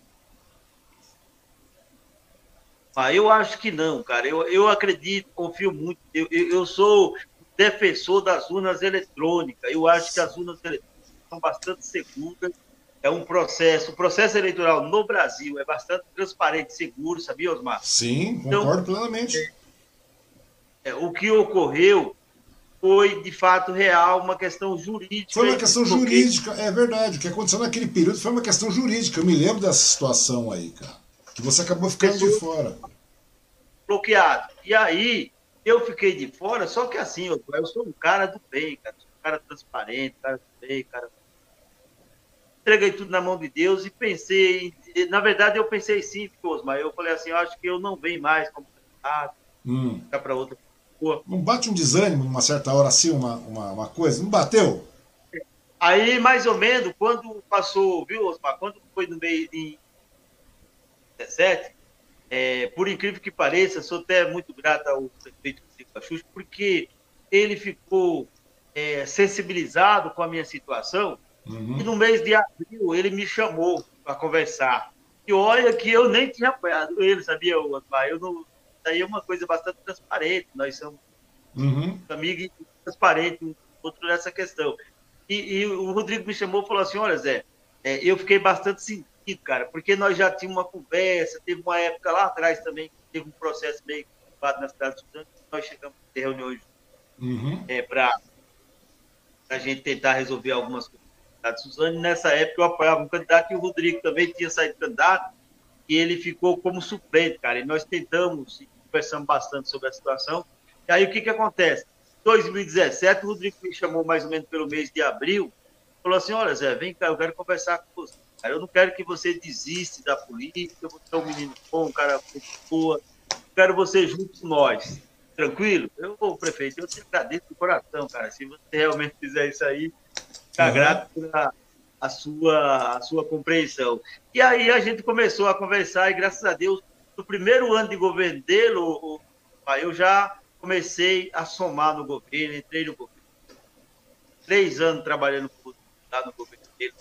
ah, eu acho que não, cara. Eu, eu acredito, confio muito. Eu, eu, eu sou defensor das urnas eletrônicas. Eu acho que as urnas eletrônicas são bastante seguras. É um processo, o processo eleitoral no Brasil é bastante transparente e seguro, sabia, Osmar? Sim, Então, concordo plenamente. é, o que ocorreu foi, de fato, real, uma questão Foi jurídica uma e de questão bloqueio jurídica, é verdade. O que aconteceu naquele período foi uma questão jurídica. Eu me lembro dessa situação aí, cara. Que você acabou de ficando de pessoas fora. bloqueadas. E aí, eu fiquei de fora, só que assim, eu, eu sou um cara do bem, cara. Sou um cara transparente, cara do bem, cara. Entreguei tudo na mão de Deus e pensei, na verdade eu pensei sim, Osmar, eu falei assim, eu acho que eu não venho mais como candidato, Hum. ficar para outra pessoa. Não bate um desânimo numa certa hora assim, uma, uma, uma coisa? Não bateu? Aí, mais ou menos, quando passou, viu, Osmar, quando foi no mês de dezessete, é, por incrível que pareça, sou até muito grato ao prefeito Chico Axux, porque ele ficou é, sensibilizado com a minha situação. E Uhum. no mês de abril ele me chamou para conversar. E olha que eu nem tinha apoiado ele, sabia, Osmar? Eu não... Isso aí é uma coisa bastante transparente. Nós somos Uhum. amigos e transparentes um outro nessa questão. E, e o Rodrigo me chamou e falou assim: olha, Zé, é, eu fiquei bastante sentido, cara, porque nós já tínhamos uma conversa, teve uma época lá atrás também, que teve um processo meio complicado na cidade de Suzano, nós chegamos a ter reuniões Uhum. é, para a gente tentar resolver algumas coisas na cidade de Suzano. E nessa época eu apoiava um candidato e o Rodrigo também tinha saído candidato e ele ficou como suplente, cara. E nós tentamos e conversamos bastante sobre a situação. E aí o que, que acontece? Em dois mil e dezessete, o Rodrigo me chamou mais ou menos pelo mês de abril, falou assim: olha, Zé, vem cá, eu quero conversar com você. Cara, eu não quero que você desista da política, você é um menino bom, um cara muito boa, quero você junto com nós. Tranquilo? Eu, ô, prefeito, eu te agradeço de coração, cara. Se você realmente fizer isso aí, ficar Uhum. grato pela a sua, a sua compreensão. E aí a gente começou a conversar e, graças a Deus, no primeiro ano de governo dele, o, o, eu já comecei a somar no governo, entrei no governo. Três anos trabalhando lá no governo dele.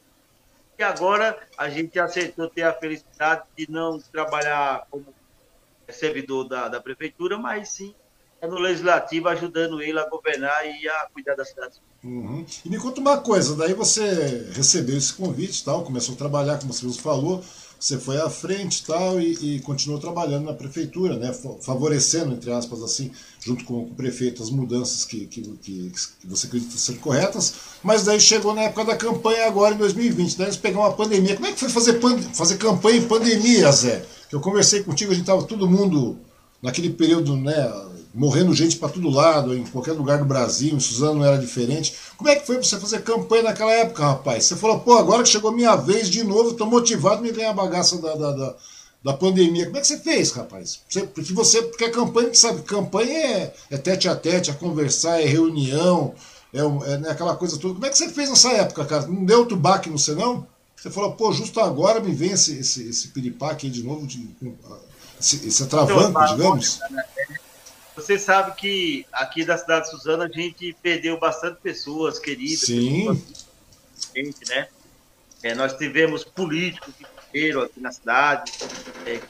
E agora a gente aceitou ter a felicidade de não trabalhar como servidor da, da prefeitura, mas sim no legislativo, ajudando ele a governar e a cuidar da cidade. Uhum. E me conta uma coisa, daí você recebeu esse convite e tal, começou a trabalhar, como você mesmo falou, você foi à frente tal, e, e continuou trabalhando na prefeitura, né, favorecendo, entre aspas, assim, junto com, com o prefeito, as mudanças que, que, que, que você acredita ser corretas, mas daí chegou na época da campanha agora, em dois mil e vinte, daí eles pegaram uma pandemia. Como é que foi fazer, fazer campanha em pandemia, Zé? Que eu conversei contigo, a gente tava todo mundo naquele período, né, morrendo gente para todo lado, em qualquer lugar do Brasil, em Suzano não era diferente. Como é que foi para você fazer campanha naquela época, rapaz? Você falou, pô, agora que chegou a minha vez de novo, estou motivado a me ganhar a bagaça da, da, da, da pandemia. Como é que você fez, rapaz? Você, porque você, porque a campanha, sabe, campanha é, é tete a tete, é conversar, é reunião, é, é, é aquela coisa toda. Como é que você fez nessa época, cara? Não deu outro baque no você, não? Você falou, pô, justo agora me vem esse, esse, esse piripaque aí de novo, de, esse, esse atravanco, digamos. Você sabe que aqui da cidade de Suzano a gente perdeu bastante pessoas queridas, pessoas Sim. gente, né? É, nós tivemos políticos que morreram aqui na cidade, é,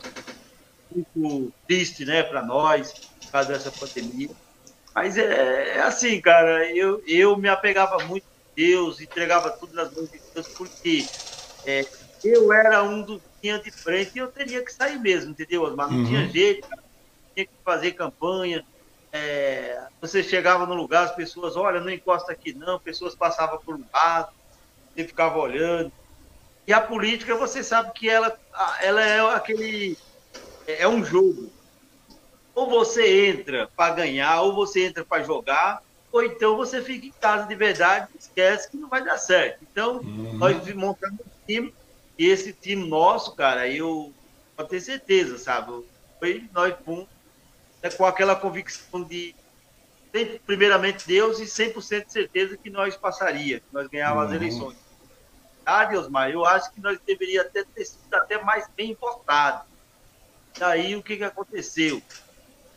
muito triste, né, para nós, por causa dessa pandemia. Mas é, é assim, cara, eu, eu me apegava muito a Deus, entregava tudo nas mãos de Deus, porque é, eu era um dos que tinha de frente e eu teria que sair mesmo, entendeu, Osmar? Não tinha Uhum. jeito, cara, tinha que fazer campanha. É, você chegava no lugar, as pessoas, olha, não encosta aqui não, pessoas passavam por um lado, você ficava olhando. E a política, você sabe que ela, ela é aquele, é um jogo. Ou você entra para ganhar, ou você entra para jogar, ou então você fica em casa de verdade e esquece que não vai dar certo. Então, nós Uhum. montamos um time, e esse time nosso, cara, eu pode ter certeza, sabe? Foi, nós fomos né, com aquela convicção de, primeiramente, Deus e cem por cento de certeza que nós passaria, que nós ganhávamos as Uhum. eleições. Ah, Deusmar, eu acho que nós deveríamos até ter sido até mais bem votados. Daí, o que, que aconteceu?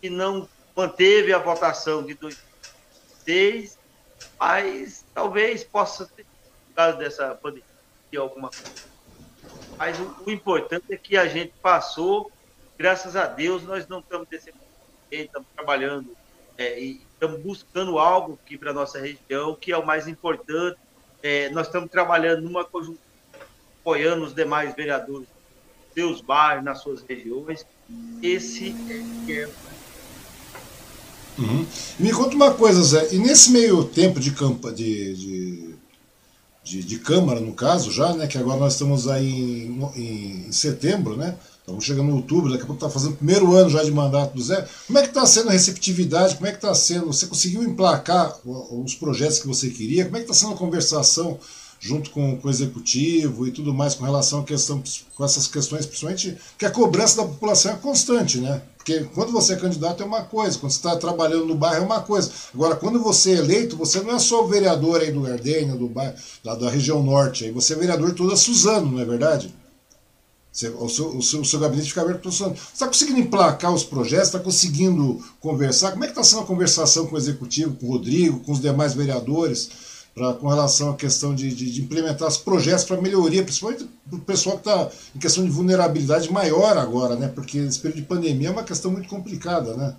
que não manteve a votação de dois mil e seis, mas talvez possa ter, por causa dessa pandemia, alguma coisa. Mas o, o importante é que a gente passou, graças a Deus, nós não estamos decepcionando, estamos trabalhando é, e estamos buscando algo aqui para a nossa região, que é o mais importante. É, nós estamos trabalhando numa conjuntura, apoiando os demais vereadores nos seus bairros, nas suas regiões. Esse é, é... Uhum. Me conta uma coisa, Zé, e nesse meio tempo de campa de, de, de, de Câmara, no caso, já, né, que agora nós estamos aí em, em, em setembro, né, estamos chegando em outubro, daqui a pouco está fazendo o primeiro ano já de mandato do Zé, como é que está sendo a receptividade, como é que está sendo, você conseguiu emplacar os projetos que você queria, como é que está sendo a conversação junto com, com o executivo e tudo mais com relação a questão, com essas questões, principalmente que a cobrança da população é constante, né? Porque quando você é candidato é uma coisa, quando você está trabalhando no bairro é uma coisa. Agora, quando você é eleito, você não é só o vereador aí do Gardênia, do bairro, da, da região norte, aí você é vereador de toda Suzano, não é verdade? Você, o, seu, o, seu, o seu gabinete fica aberto para Suzano. Você está conseguindo emplacar os projetos, está conseguindo conversar? Como é que está sendo a conversação com o executivo, com o Rodrigo, com os demais vereadores? Pra, com relação à questão de, de, de implementar os projetos para melhoria, principalmente para o pessoal que está em questão de vulnerabilidade maior agora, né? Porque esse período de pandemia é uma questão muito complicada, né?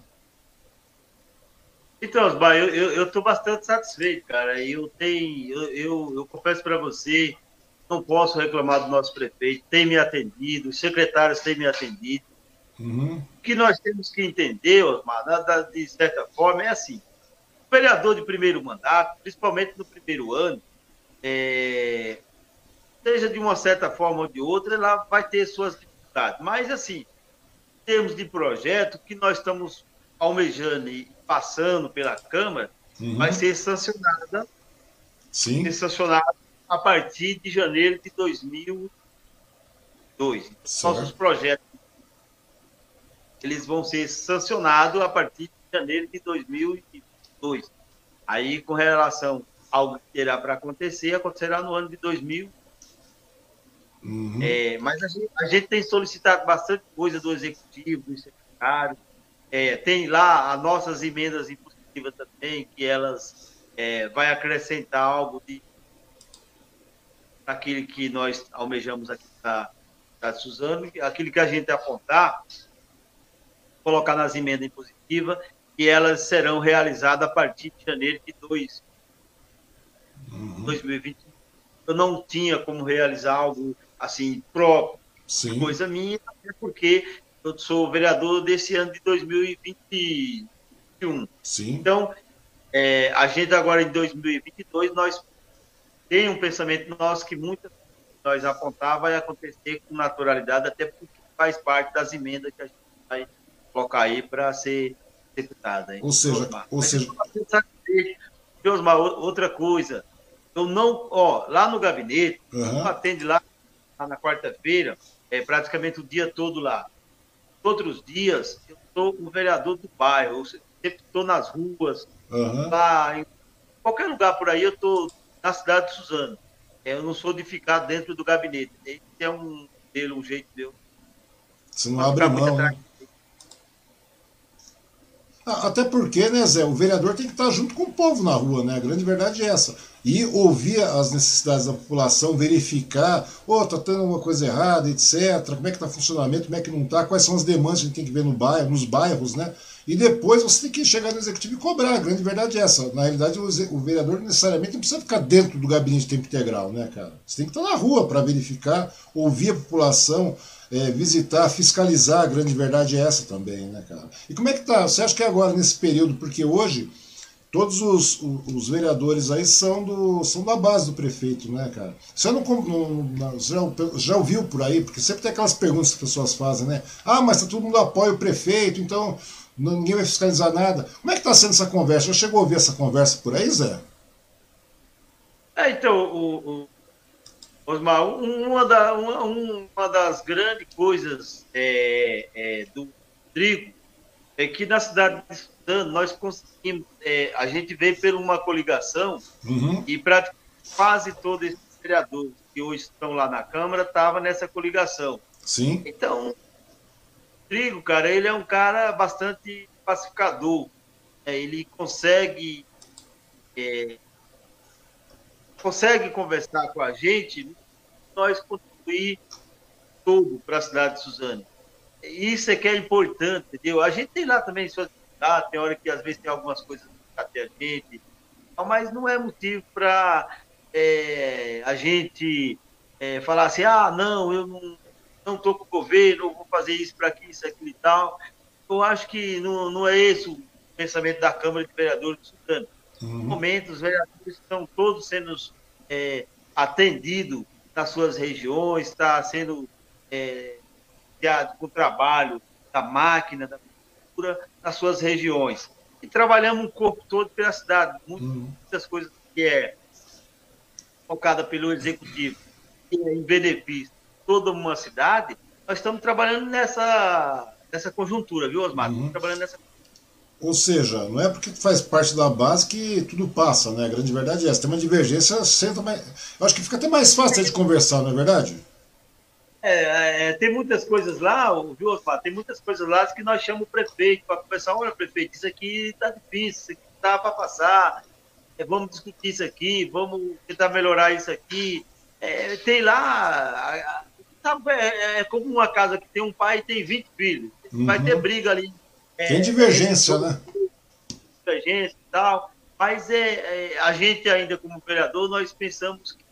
Então, Osmar, eu estou bastante satisfeito, cara. Eu tenho, eu, eu, eu confesso para você, não posso reclamar do nosso prefeito, tem me atendido, os secretários têm me atendido. Uhum. O que nós temos que entender, Osmar, de certa forma, é assim. O vereador de primeiro mandato, principalmente no primeiro ano, é, seja de uma certa forma ou de outra, ela vai ter suas dificuldades. Mas, assim, em termos de projeto, que nós estamos almejando e passando pela Câmara, uhum. vai ser sancionada, Sim. ser sancionada a partir de janeiro de dois mil e dois. Nossos projetos eles vão ser sancionados a partir de janeiro de dois mil e dois. Aí, com relação ao que terá para acontecer, acontecerá no ano de dois mil. Uhum. É, mas a gente, a gente tem solicitado bastante coisa do executivo, do secretário. É, tem lá as nossas emendas impositivas também, que elas é, vai acrescentar algo de aquilo que nós almejamos aqui da, da Suzano, aquilo que a gente apontar, colocar nas emendas impositivas, e elas serão realizadas a partir de janeiro de dois, uhum. dois mil e vinte. Eu não tinha como realizar algo assim próprio, Sim. coisa minha, até porque eu sou vereador desse ano de dois mil e vinte e um. Sim. Então, é, a gente agora em dois mil e vinte e dois, nós tem um pensamento nosso que muitas nós apontar vai acontecer com naturalidade, até porque faz parte das emendas que a gente vai colocar aí para ser deputada. Hein? Ou seja, Osmar, ou seja... Osmar, outra coisa, eu não, ó, lá no gabinete, uhum. eu atende lá, lá na quarta-feira, é praticamente o dia todo lá. Outros dias, eu sou o vereador do bairro, eu sempre estou nas ruas, uhum. lá, em qualquer lugar por aí, eu estou na cidade de Suzano. Eu não sou de ficar dentro do gabinete. Esse é um dele, um jeito meu. Você não abre mão, né? Até porque, né, Zé, o vereador tem que estar junto com o povo na rua, né? A grande verdade é essa. E ouvir as necessidades da população, verificar, ô, oh, tá tendo uma coisa errada, etcétera. Como é que tá o funcionamento, como é que não tá, quais são as demandas que a gente tem que ver no bairro, nos bairros, né? E depois você tem que chegar no executivo e cobrar. A grande verdade é essa. Na realidade, o vereador necessariamente não precisa ficar dentro do gabinete de tempo integral, né, cara? Você tem que estar na rua para verificar, ouvir a população, é, visitar, fiscalizar. A grande verdade é essa também, né, cara? E como é que tá? Você acha que é agora, nesse período, porque hoje todos os, os, os vereadores aí são, do, são da base do prefeito, né, cara? Você não, não já, já ouviu por aí? Porque sempre tem aquelas perguntas que as pessoas fazem, né? Ah, mas tá todo mundo apoia o prefeito, então ninguém vai fiscalizar nada. Como é que está sendo essa conversa? Já chegou a ouvir essa conversa por aí, Zé? É, então, o, o, Osmar, uma, da, uma, uma das grandes coisas é, é, do Rodrigo é que na cidade de Suzano nós conseguimos, é, a gente veio por uma coligação uhum. e praticamente quase todos esses vereadores que hoje estão lá na Câmara estavam nessa coligação. Sim. Então, Rodrigo, cara, ele é um cara bastante pacificador. Né? Ele consegue, é, consegue conversar com a gente, nós contribuir tudo para a cidade de Suzano. Isso é que é importante, entendeu? A gente tem lá também suas dificuldades, tem hora que às vezes tem algumas coisas que até a gente, mas não é motivo para é, a gente é, falar assim, ah, não, eu não não estou com o governo, vou fazer isso para aqui, isso, aquilo e tal. Eu acho que não, não é esse o pensamento da Câmara de Vereadores de Suzano. Uhum. No momento, os vereadores estão todos sendo é, atendidos nas suas regiões, está sendo é, com o trabalho da máquina, da cultura, nas suas regiões. E trabalhamos um corpo todo pela cidade, muitas uhum. coisas que é focada pelo Executivo, que é em benefício de toda uma cidade, nós estamos trabalhando nessa, nessa conjuntura, viu, Osmar? Uhum. Estamos trabalhando nessa Ou seja, não é porque faz parte da base que tudo passa, né? A grande verdade é essa. Tem uma divergência, senta mais... eu acho que fica até mais fácil de conversar, não é verdade? É, é, tem muitas coisas lá, viu, Osmar? Tem muitas coisas lá que nós chamamos o prefeito para conversar. Olha, prefeito, isso aqui está difícil, isso aqui está para passar, é, vamos discutir isso aqui, vamos tentar melhorar isso aqui. É, tem lá, sabe, é, é como uma casa que tem um pai e tem vinte filhos. Uhum. Vai ter briga ali. É, tem divergência, é, né? Divergência e tal, mas é, é, a gente ainda como vereador, nós pensamos que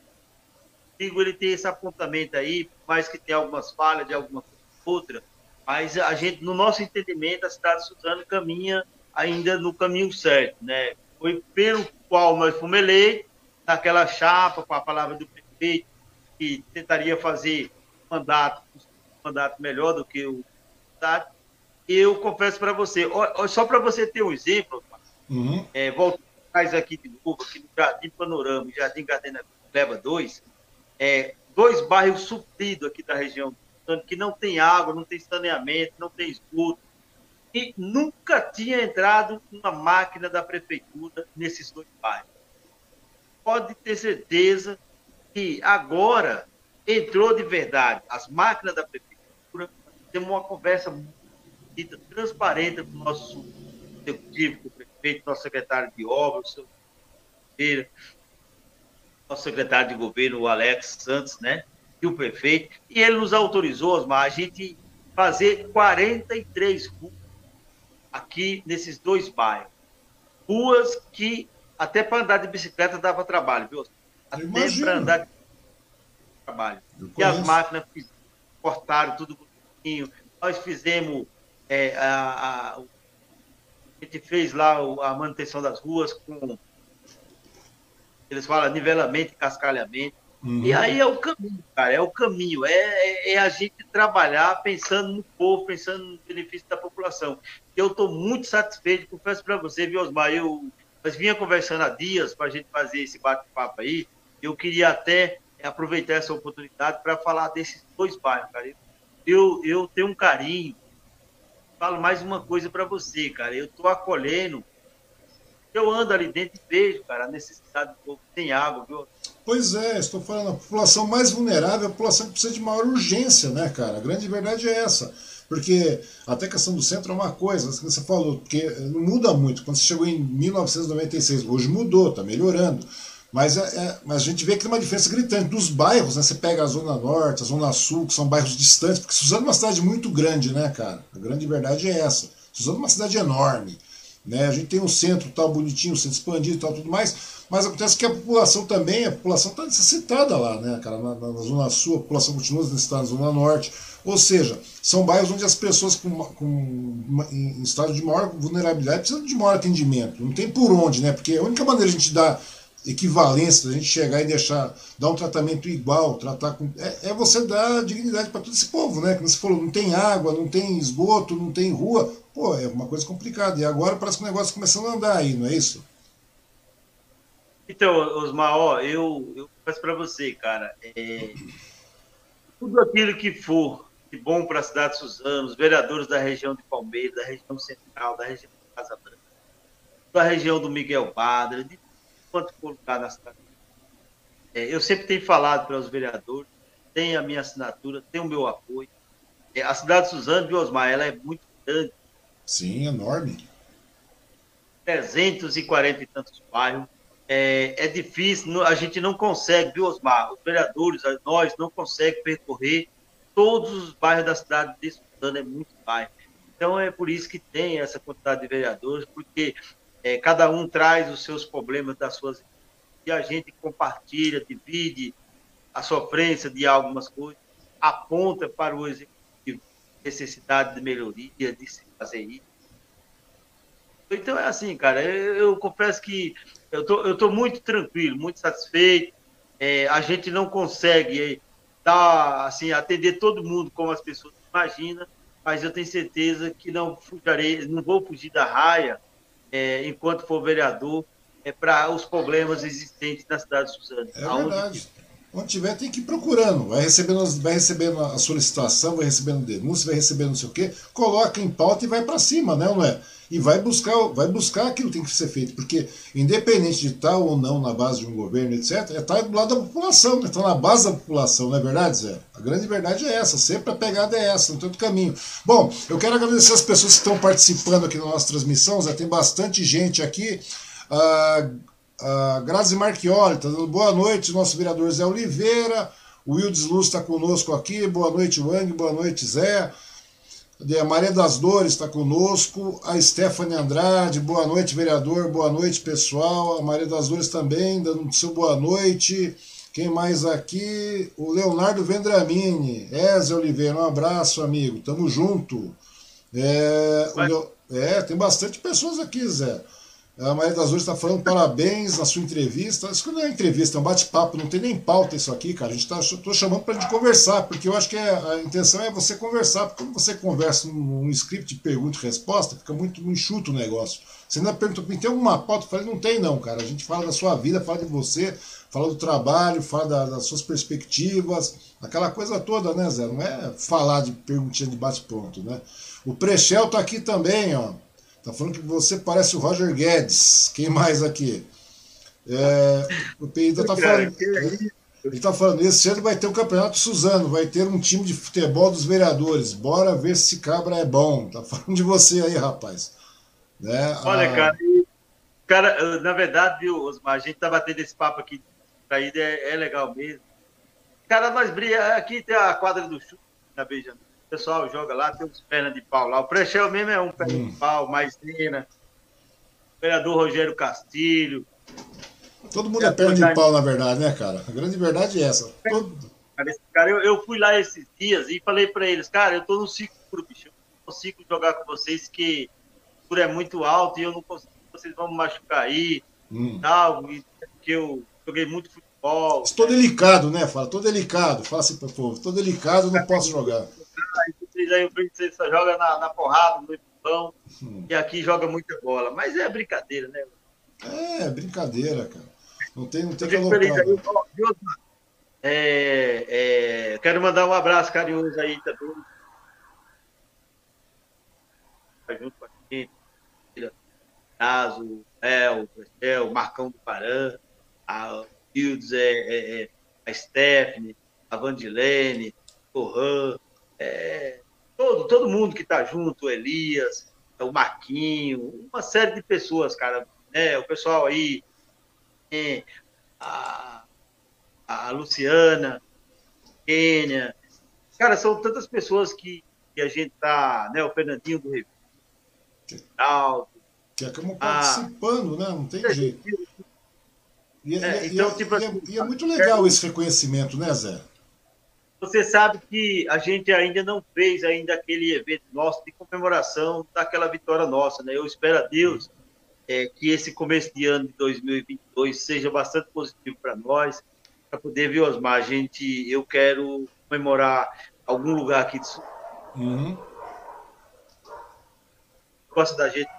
ele tem esse apontamento aí, mais que tem algumas falhas de alguma outra, mas a gente, no nosso entendimento, a cidade de Suzano caminha ainda no caminho certo, né? Foi pelo qual nós fomos eleitos, naquela chapa, com a palavra do prefeito, que tentaria fazer um mandato, um mandato melhor do que o mandato. Eu confesso para você, só para você ter um exemplo, uhum. é, voltando aqui de novo, aqui no Jardim Panorama, Jardim Gardena Leva dois, é, dois bairros supridos aqui da região, que não tem água, não tem saneamento, não tem esgoto, e nunca tinha entrado uma máquina da prefeitura nesses dois bairros. Pode ter certeza que agora entrou de verdade as máquinas da prefeitura, temos uma conversa muito transparente com o nosso executivo, com o prefeito, nosso secretário de obras, o seu nosso secretário de governo, o Alex Santos, né? E o prefeito, e ele nos autorizou, Osmar, a gente fazer quarenta e três ruas aqui nesses dois bairros. Ruas que até para andar de bicicleta dava trabalho, viu? Até para andar de trabalho. E as máquinas cortaram tudo bonitinho. Nós fizemos é, a, a, a gente fez lá a manutenção das ruas com, eles falam, nivelamento e cascalhamento. Uhum. E aí é o caminho, cara, é o caminho, é, é, é a gente trabalhar pensando no povo, pensando no benefício da população. Eu estou muito satisfeito, confesso para você, viu, Osmar, eu, nós vinha conversando há dias para a gente fazer esse bate-papo aí, eu queria até aproveitar essa oportunidade para falar desses dois bairros, cara. Eu, eu tenho um carinho, falo mais uma coisa para você, cara, eu estou acolhendo, eu ando ali dentro e vejo, cara, a necessidade do povo tem água, viu? Pois é, estou falando, a população mais vulnerável é a população que precisa de maior urgência, né, cara? A grande verdade é essa. Porque até a questão do centro é uma coisa, que você falou, porque não muda muito. Quando você chegou em mil novecentos e noventa e seis, hoje mudou, está melhorando. Mas, é, é, mas a gente vê que tem uma diferença gritante dos bairros, né? Você pega a Zona Norte, a Zona Sul, que são bairros distantes, porque Suzano é uma cidade muito grande, né, cara? A grande verdade é essa. Suzano é uma cidade enorme. Né? A gente tem um centro tal bonitinho, um centro expandido e tal, tudo mais, mas acontece que a população também, a população está necessitada lá, né, cara? Na, na, na Zona Sul, a população continua necessitada na Zona Norte, ou seja, são bairros onde as pessoas com, com, em estado de maior vulnerabilidade precisam de maior atendimento, não tem por onde, né? Porque a única maneira de a gente dar equivalência, a gente chegar e deixar, dar um tratamento igual, tratar com, é, é você dar dignidade para todo esse povo, né? Como você falou, não tem água, não tem esgoto, não tem rua, pô, é uma coisa complicada. E agora parece que o negócio está começando a andar aí, não é isso? Então, Osmar, ó, eu, eu peço para você, cara, é, tudo aquilo que for de bom para a cidade de Suzano, os vereadores da região de Palmeiras, da região central, da região de Casa Branca, da região do Miguel Badra, de quanto for lugar na cidade. É, eu sempre tenho falado para os vereadores, tem a minha assinatura, tem o meu apoio. É, a cidade de Suzano, viu, Osmar, ela é muito grande, Sim, enorme. trezentos e quarenta e tantos bairros. É, é difícil, a gente não consegue, viu, Osmar? Os vereadores, nós não conseguimos percorrer todos os bairros da cidade de Suzano, é muito bairro. Então é por isso que tem essa quantidade de vereadores, porque é, cada um traz os seus problemas das suas e a gente compartilha, divide a sofrência de algumas coisas, aponta para o executivo necessidade de melhoria, de se fazer isso. Então é assim, cara, eu, eu confesso que eu tô, eu tô muito tranquilo, muito satisfeito. É, a gente não consegue é, dar, assim, atender todo mundo como as pessoas imaginam, mas eu tenho certeza que não fugirei, não vou fugir da raia é, enquanto for vereador é, para os problemas existentes na cidade de Suzano. É Aonde verdade. Onde tiver, tem que ir procurando. Vai recebendo, vai recebendo a solicitação, vai recebendo denúncia, vai recebendo não sei o quê, coloca em pauta e vai para cima, né, não é? E vai buscar, vai buscar aquilo que tem que ser feito, porque independente de estar ou não na base de um governo, etcétera, é estar do lado da população, né? Está na base da população, não é verdade, Zé? A grande verdade é essa, sempre a pegada é essa, não tem outro caminho. Bom, eu quero agradecer as pessoas que estão participando aqui na nossa transmissão, Zé, tem bastante gente aqui. Ah, A Grazi Marchioli está dando boa noite, nosso vereador Zé Oliveira. O Wildes Luz está conosco aqui. Boa noite, Wang. Boa noite, Zé. A Maria das Dores está conosco. A Stephanie Andrade. Boa noite, vereador. Boa noite, pessoal. A Maria das Dores também, dando seu boa noite. Quem mais aqui? O Leonardo Vendramini. É, Zé Oliveira, um abraço, amigo. Tamo junto. É, o Leo... é tem bastante pessoas aqui, Zé. A Maria das Dores está falando parabéns na sua entrevista. Isso não é entrevista, é um bate-papo, não tem nem pauta isso aqui, cara. A gente está chamando para a gente conversar, porque eu acho que é, a intenção é você conversar, porque quando você conversa num, num script de pergunta e resposta, fica muito enxuto o negócio. Você ainda perguntou, tem alguma pauta? Eu falei, não tem não, cara. A gente fala da sua vida, fala de você, fala do trabalho, fala da, das suas perspectivas, aquela coisa toda, né, Zé? Não é falar de perguntinha de bate-pronto, né? O Prechel tá aqui também, ó. Tá falando que você parece o Roger Guedes. Quem mais aqui? É, o P I D tá falando. Ele tá falando, esse ano vai ter um campeonato Suzano, vai ter um time de futebol dos vereadores. Bora ver se esse cabra é bom. Tá falando de você aí, rapaz. Né? Olha, ah, cara, cara, na verdade, viu, Osmar, a gente tá batendo esse papo aqui, traída é, é legal mesmo. Cara, nós briga, aqui tem a quadra do chute na Benjamin. O pessoal joga lá, tem uns pernas de pau lá. O Prechel mesmo é um perna hum. de pau, Maisena, o vereador Rogério Castilho. Todo mundo é perna de pau, na verdade, né, cara? A grande verdade é essa. Todo... Cara, esse, cara eu, eu fui lá esses dias e falei pra eles, cara, eu tô no ciclo, bicho, eu não consigo jogar com vocês, que o ciclo é muito alto e eu não consigo, vocês vão me machucar aí, hum. tal, e, porque eu joguei muito futebol. Estou né? delicado, né? Fala, tô delicado, fala assim pro povo, tô delicado, não posso jogar. Vocês aí, vocês só jogam na, na porrada, no empurrão, hum. e aqui joga muita bola. Mas é brincadeira, né? É, brincadeira, cara. Não tem, não tem que alocar. É, é, quero mandar um abraço carinhoso aí também. Tá junto com a gente. Caso, El, o Marcão do Paran, a Hildes, é, é, é, a Stephanie, a Vandilene, o Han, é, todo, todo mundo que está junto, o Elias, o Marquinho, uma série de pessoas, cara, né? O pessoal aí, é, a, a Luciana, a Kênia, cara, são tantas pessoas que, que a gente tá, né? O Fernandinho do Rio, Aldo, que acabam participando, né? Não tem jeito. E, é, e, então, e, tipo, e, é, e é muito legal esse reconhecimento, né, Zé? Você sabe que a gente ainda não fez ainda aquele evento nosso de comemoração daquela vitória nossa, né? Eu espero a Deus é, que esse começo de ano de dois mil e vinte e dois seja bastante positivo para nós, para poder ver, Osmar, a gente, eu quero comemorar algum lugar aqui de Sul. Uhum. Gosta da gente,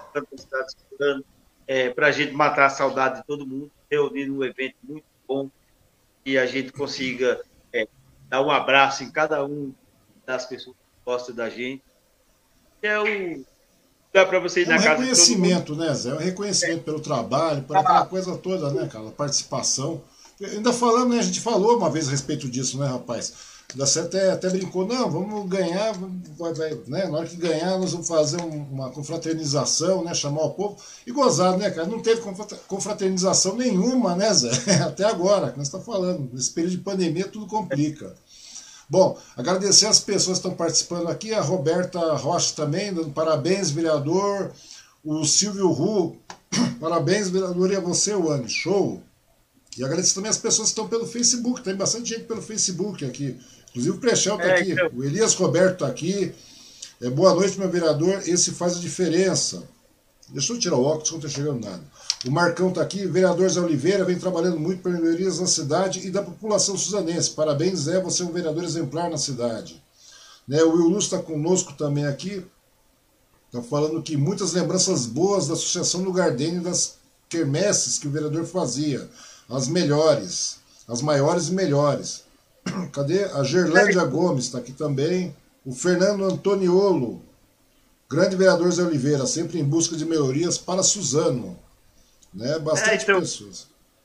é, para a gente matar a saudade de todo mundo, reunir num evento muito bom e a gente consiga é, dar um abraço em cada um das pessoas que gostam da gente. É o dá para você ir é um na casa reconhecimento, né, Zé? É um reconhecimento é. pelo trabalho, por aquela coisa toda, né, cara? A participação. Ainda falando, né? A gente falou uma vez a respeito disso, né, rapaz? Você até, até brincou, não, vamos ganhar, vai, vai, né? Na hora que ganhar, nós vamos fazer um, uma confraternização, né? Chamar o povo. E gozado, né, cara? Não teve confraternização nenhuma, né, Zé? Até agora, que nós estamos falando. Nesse período de pandemia, tudo complica. Bom, agradecer as pessoas que estão participando aqui, a Roberta Rocha também, dando parabéns, vereador. O Silvio Ru, parabéns, vereador, e a você, Wani, show. E agradecer também as pessoas que estão pelo Facebook, tem bastante gente pelo Facebook aqui. Inclusive o Prechel está É, aqui, então... o Elias Roberto está aqui. É, boa noite, meu vereador, esse faz a diferença. Deixa eu tirar o óculos, não está chegando nada. O Marcão está aqui, vereador Zé Oliveira, vem trabalhando muito para melhorias na cidade e da população suzanense. Parabéns, Zé, você é um vereador exemplar na cidade. Né, o Will Luz está conosco também aqui. Está falando que muitas lembranças boas da Associação do Gardênio e das quermesses que o vereador fazia. As melhores, as maiores e melhores. Cadê? A Gerlândia Gomes está aqui também. O Fernando Antoniolo, grande vereador Zé Oliveira, sempre em busca de melhorias para Suzano. Né? Bastante é, então, pessoas.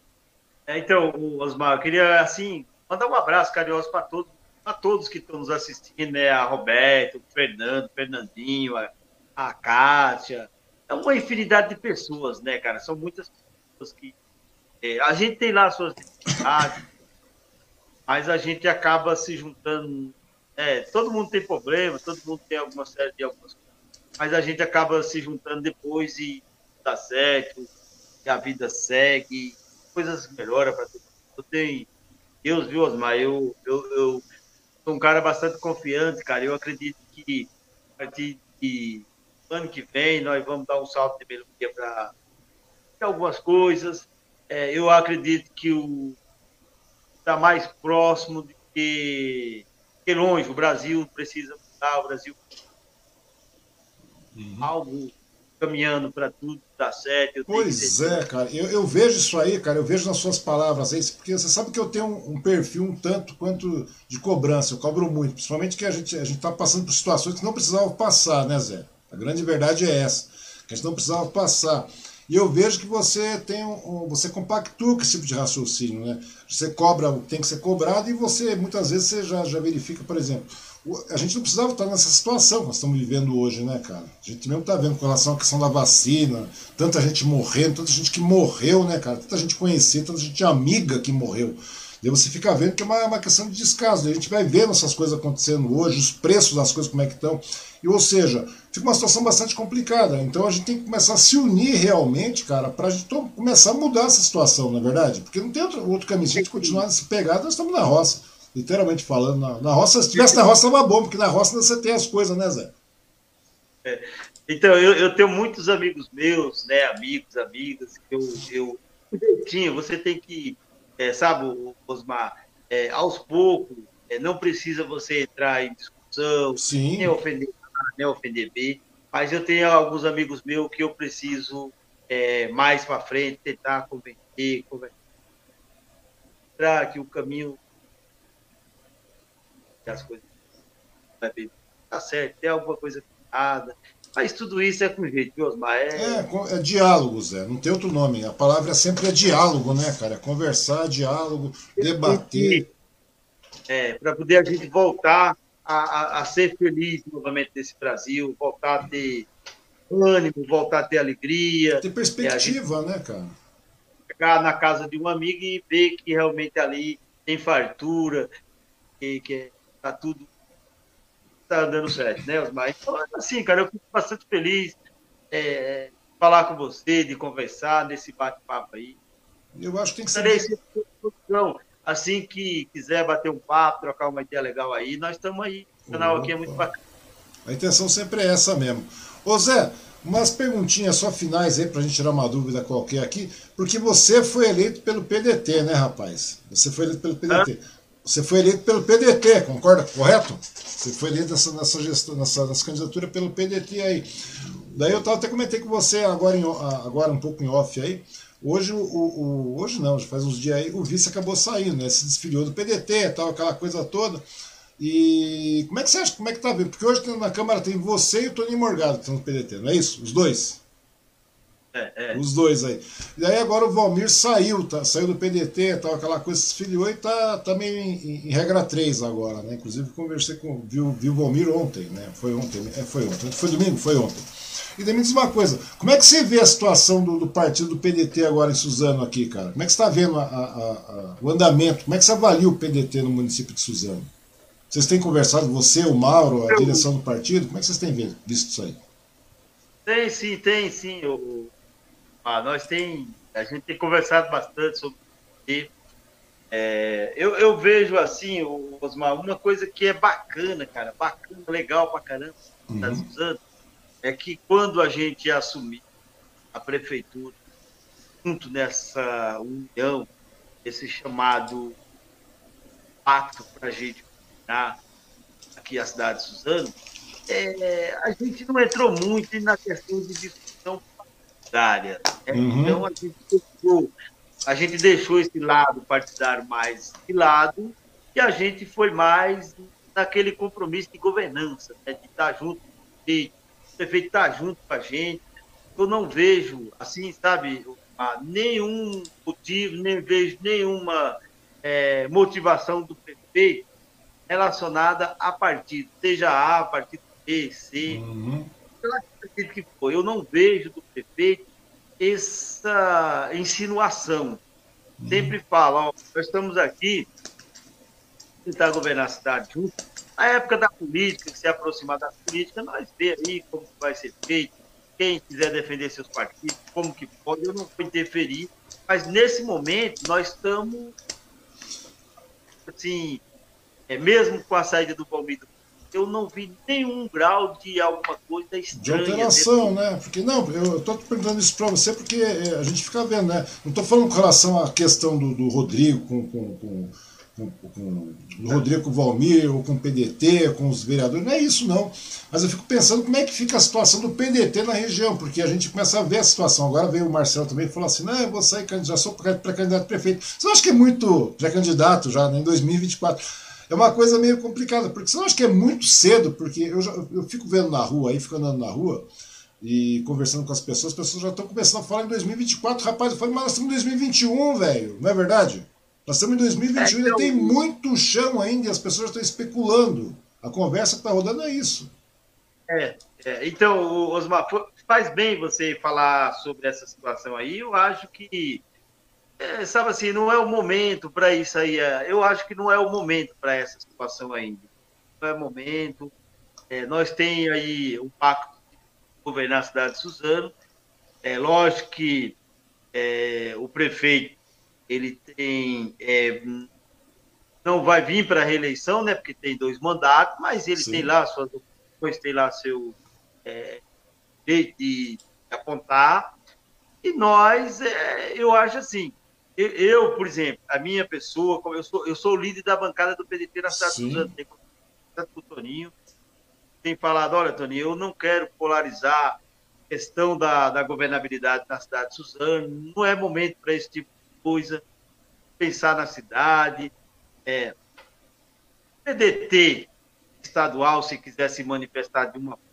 É, então, Osmar, eu queria assim, mandar um abraço carinhoso para todos, para todos que estão nos assistindo, né? A Roberto, o Fernando, o Fernandinho, a, a Kátia. É uma infinidade de pessoas, né, cara? São muitas pessoas que. É, a gente tem lá suas necessidades, mas a gente acaba se juntando. É, todo mundo tem problemas, todo mundo tem alguma série de algumas coisas, mas a gente acaba se juntando depois e dá certo, e a vida segue, coisas melhoram para todo mundo. Eu tenho, Deus, viu, Osmar? Eu, eu, eu sou um cara bastante confiante, cara. Eu acredito que a partir de ano que vem nós vamos dar um salto de melhoria para algumas coisas. É, eu acredito que o está mais próximo do que, que longe. O Brasil precisa mudar, o Brasil uhum. algo caminhando para tudo dar certo. Eu pois é, cara, eu, eu vejo isso aí, cara, eu vejo nas suas palavras aí, porque você sabe que eu tenho um, um perfil um tanto quanto de cobrança, eu cobro muito, principalmente que a gente a gente está passando por situações que não precisava passar, né, Zé? A grande verdade é essa, que a gente não precisava passar. E eu vejo que você tem um, você compactua com esse tipo de raciocínio, né? Você cobra o que tem que ser cobrado e você, muitas vezes, você já, já verifica, por exemplo, a gente não precisava estar nessa situação que nós estamos vivendo hoje, né, cara? A gente mesmo está vendo com relação à questão da vacina, tanta gente morrendo, tanta gente que morreu, né, cara? Tanta gente conhecida, tanta gente amiga que morreu. Daí você fica vendo que é uma, uma questão de descaso. A gente vai vendo essas coisas acontecendo hoje, os preços das coisas, como é que estão. E, ou seja, fica uma situação bastante complicada. Então a gente tem que começar a se unir realmente, cara, para a gente começar a mudar essa situação, não é verdade? Porque não tem outro, outro caminho. Se a gente continuar nessa pegada, nós estamos na roça. Literalmente falando. Na, na roça, se estivesse na roça, estava bom, porque na roça você tem as coisas, né, Zé? É. Então, eu, eu tenho muitos amigos meus, né, amigos, amigas, que eu, eu, jeitinho, você tem que, é, sabe, Osmar, é, aos poucos, é, não precisa você entrar em discussão, Sim. nem ofender A, nem ofender B, mas eu tenho alguns amigos meus que eu preciso é, mais para frente tentar convencer, conversar, para que o caminho as coisas vai bem, tá certo, tem alguma coisa errada, mas tudo isso é com jeito, viu, Osmar? É... É, é diálogo, Zé, não tem outro nome. A palavra sempre é diálogo, né, cara? É conversar, diálogo, debater. É, para poder a gente voltar a, a, a ser feliz novamente nesse Brasil, voltar a ter ânimo, voltar a ter alegria. Ter perspectiva, é, né, cara? Chegar na casa de um amigo e ver que realmente ali tem fartura, que, que tá tudo tá dando certo, né, Osmar? Então, assim, cara, eu fico bastante feliz é, de falar com você, de conversar nesse bate-papo aí. Eu acho que tem que ser... Então, assim que quiser bater um papo, trocar uma ideia legal aí, nós estamos aí. O canal aqui é muito bacana. A intenção sempre é essa mesmo. Ô Zé, umas perguntinhas só finais aí pra gente tirar uma dúvida qualquer aqui, porque você foi eleito pelo P D T, né, rapaz? Você foi eleito pelo P D T. Hã? Você foi eleito pelo P D T, concorda? Correto? Você foi eleito nessa, nessa, gestão, nessa, nessa candidatura pelo P D T aí. Daí eu tava, até comentei com você agora, em, agora um pouco em off aí. Hoje, o, o, hoje não, já faz uns dias aí, o vice acabou saindo, né? Se desfiliou do P D T, tal, aquela coisa toda. E como é que você acha? Como é que tá vendo? Porque hoje na Câmara tem você e o Toninho Morgado que estão no P D T, não é isso? Os dois? É, é. Os dois aí. E aí agora o Valmir saiu, tá? Saiu do P D T, tal, aquela coisa, se filiou e tá, tá meio em, em, em regra três agora, né? Inclusive conversei com. Vi, vi o Valmir ontem, né? Foi ontem, é, foi ontem. Foi domingo? Foi ontem. E daí me diz uma coisa, como é que você vê a situação do, do partido do P D T agora em Suzano aqui, cara? Como é que você está vendo a, a, a, o andamento? Como é que você avalia o P D T no município de Suzano? Vocês têm conversado, você, o Mauro, a Eu, direção do partido? Como é que vocês têm visto isso aí? tem sim, tem sim. O, ah, nós tem, a gente tem conversado bastante sobre isso. É, eu, eu vejo assim, Osmar, uma coisa que é bacana, cara, bacana, legal pra caramba, tá Uhum. usando, é que quando a gente assumir a prefeitura, junto nessa união, esse chamado pacto para a gente governar aqui a cidade de Suzano, é, a gente não entrou muito na questão de discussão partidária. Né? Então, Uhum. a gente, deixou, a gente deixou esse lado partidário mais de lado e a gente foi mais naquele compromisso de governança, né? De estar junto com o prefeito, o prefeito estar junto com a gente. Eu não vejo, assim, sabe, nenhum motivo, nem vejo nenhuma é, motivação do prefeito relacionada a partido, seja A, partido B, C, Uhum. pela partido que for. Eu não vejo do prefeito essa insinuação. Uhum. Sempre falo, ó, nós estamos aqui, tentar governar a cidade junto. Na época da política, se aproximar da política, nós vê aí como vai ser feito, quem quiser defender seus partidos, como que pode, eu não vou interferir, mas nesse momento nós estamos, assim, é, mesmo com a saída do Palmeiras, eu não vi nenhum grau de alguma coisa De estranha alteração, dentro. né? Porque não, eu estou perguntando isso para você porque é, a gente fica vendo, né? Não estou falando com relação à questão do, do Rodrigo com, com, com, com, com do Rodrigo com o Valmir ou com o P D T, com os vereadores, não é isso não. Mas eu fico pensando como é que fica a situação do P D T na região, porque a gente começa a ver a situação. Agora veio o Marcelo também e falou assim: não, eu vou sair, já sou pré-candidato a prefeito. Você não acha que é muito pré-candidato já, né, em dois mil e vinte e quatro? É uma coisa meio complicada, porque você não acha que é muito cedo, porque eu, já, eu fico vendo na rua, aí fico andando na rua e conversando com as pessoas, as pessoas já estão começando a falar em dois mil e vinte e quatro, rapaz, eu falei, mas nós estamos em dois mil e vinte e um, velho, não é verdade? Nós estamos em É, dois mil e vinte e um, ainda então, tem muito chão ainda, e as pessoas já estão especulando. A conversa que está rodando é isso. é, é, então, Osmar, faz bem você falar sobre essa situação aí. Eu acho que É, sabe assim, não é o momento para isso aí. é, Eu acho que não é o momento para essa situação ainda. Não é o momento. É, nós tem aí um pacto de governar a cidade de Suzano. É lógico que é, o prefeito ele tem é, não vai vir para a reeleição, né? Porque tem dois mandatos, mas ele tem Sim. lá suas opções, tem lá seu é, jeito de apontar. E nós, é, eu acho assim, eu, eu, por exemplo, a minha pessoa, como eu sou, eu sou o líder da bancada do P D T na cidade de Suzano, Sim. tem conversado com o Toninho, tem falado, olha, Toninho, eu não quero polarizar a questão da, da governabilidade na cidade de Suzano, não é momento para esse tipo de coisa, pensar na cidade, é, P D T estadual, se quiser se manifestar de uma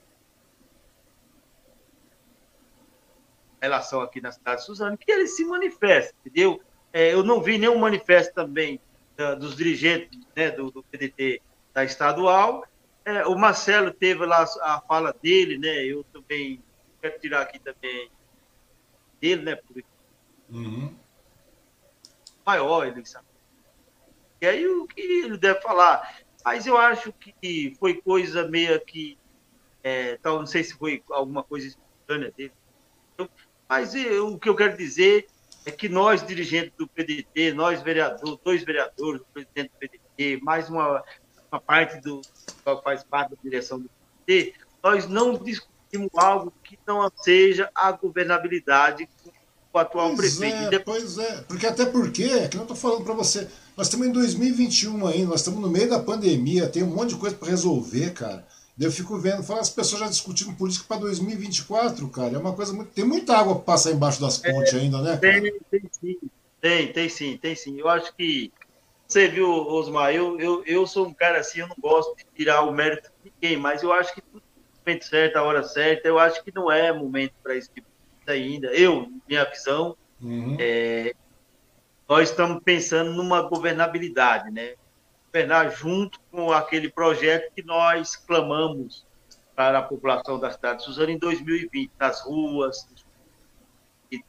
relação aqui na cidade de Suzano, que ele se manifeste, entendeu? É, eu não vi nenhum manifesto também uh, dos dirigentes, né, do, do P D T da estadual. É, o Marcelo teve lá a fala dele, né? Eu também quero tirar aqui também dele, né? Porque Uhum. maior ele sabe. E aí o que ele deve falar? Mas eu acho que foi coisa meio que, é, tal, não sei se foi alguma coisa espontânea dele. Mas eu, o que eu quero dizer é que nós, dirigentes do P D T, nós, vereadores, dois vereadores, o presidente do P D T, mais uma, uma parte do que faz parte da direção do P D T, nós não discutimos algo que não seja a governabilidade com o atual Pois prefeito. é, pois é. Porque até porque, é que eu estou falando para você, nós estamos em dois mil e vinte e um ainda, nós estamos no meio da pandemia, tem um monte de coisa para resolver, cara. Daí eu fico vendo, falo, as pessoas já discutindo política para dois mil e vinte e quatro, cara. É uma coisa muito. Tem muita água para passar embaixo das pontes ainda, né, Tem, cara? tem sim, tem, tem sim, tem sim. Eu acho que você viu, Osmar, eu, eu, eu sou um cara assim, eu não gosto de tirar o mérito de ninguém, mas eu acho que tudo no momento certo, a hora certa, eu acho que não é momento para esse tipo. ainda, eu, minha visão, Uhum. é, nós estamos pensando numa governabilidade, né? Governar junto com aquele projeto que nós clamamos para a população da cidade de Suzano em dois mil e vinte, nas ruas. Em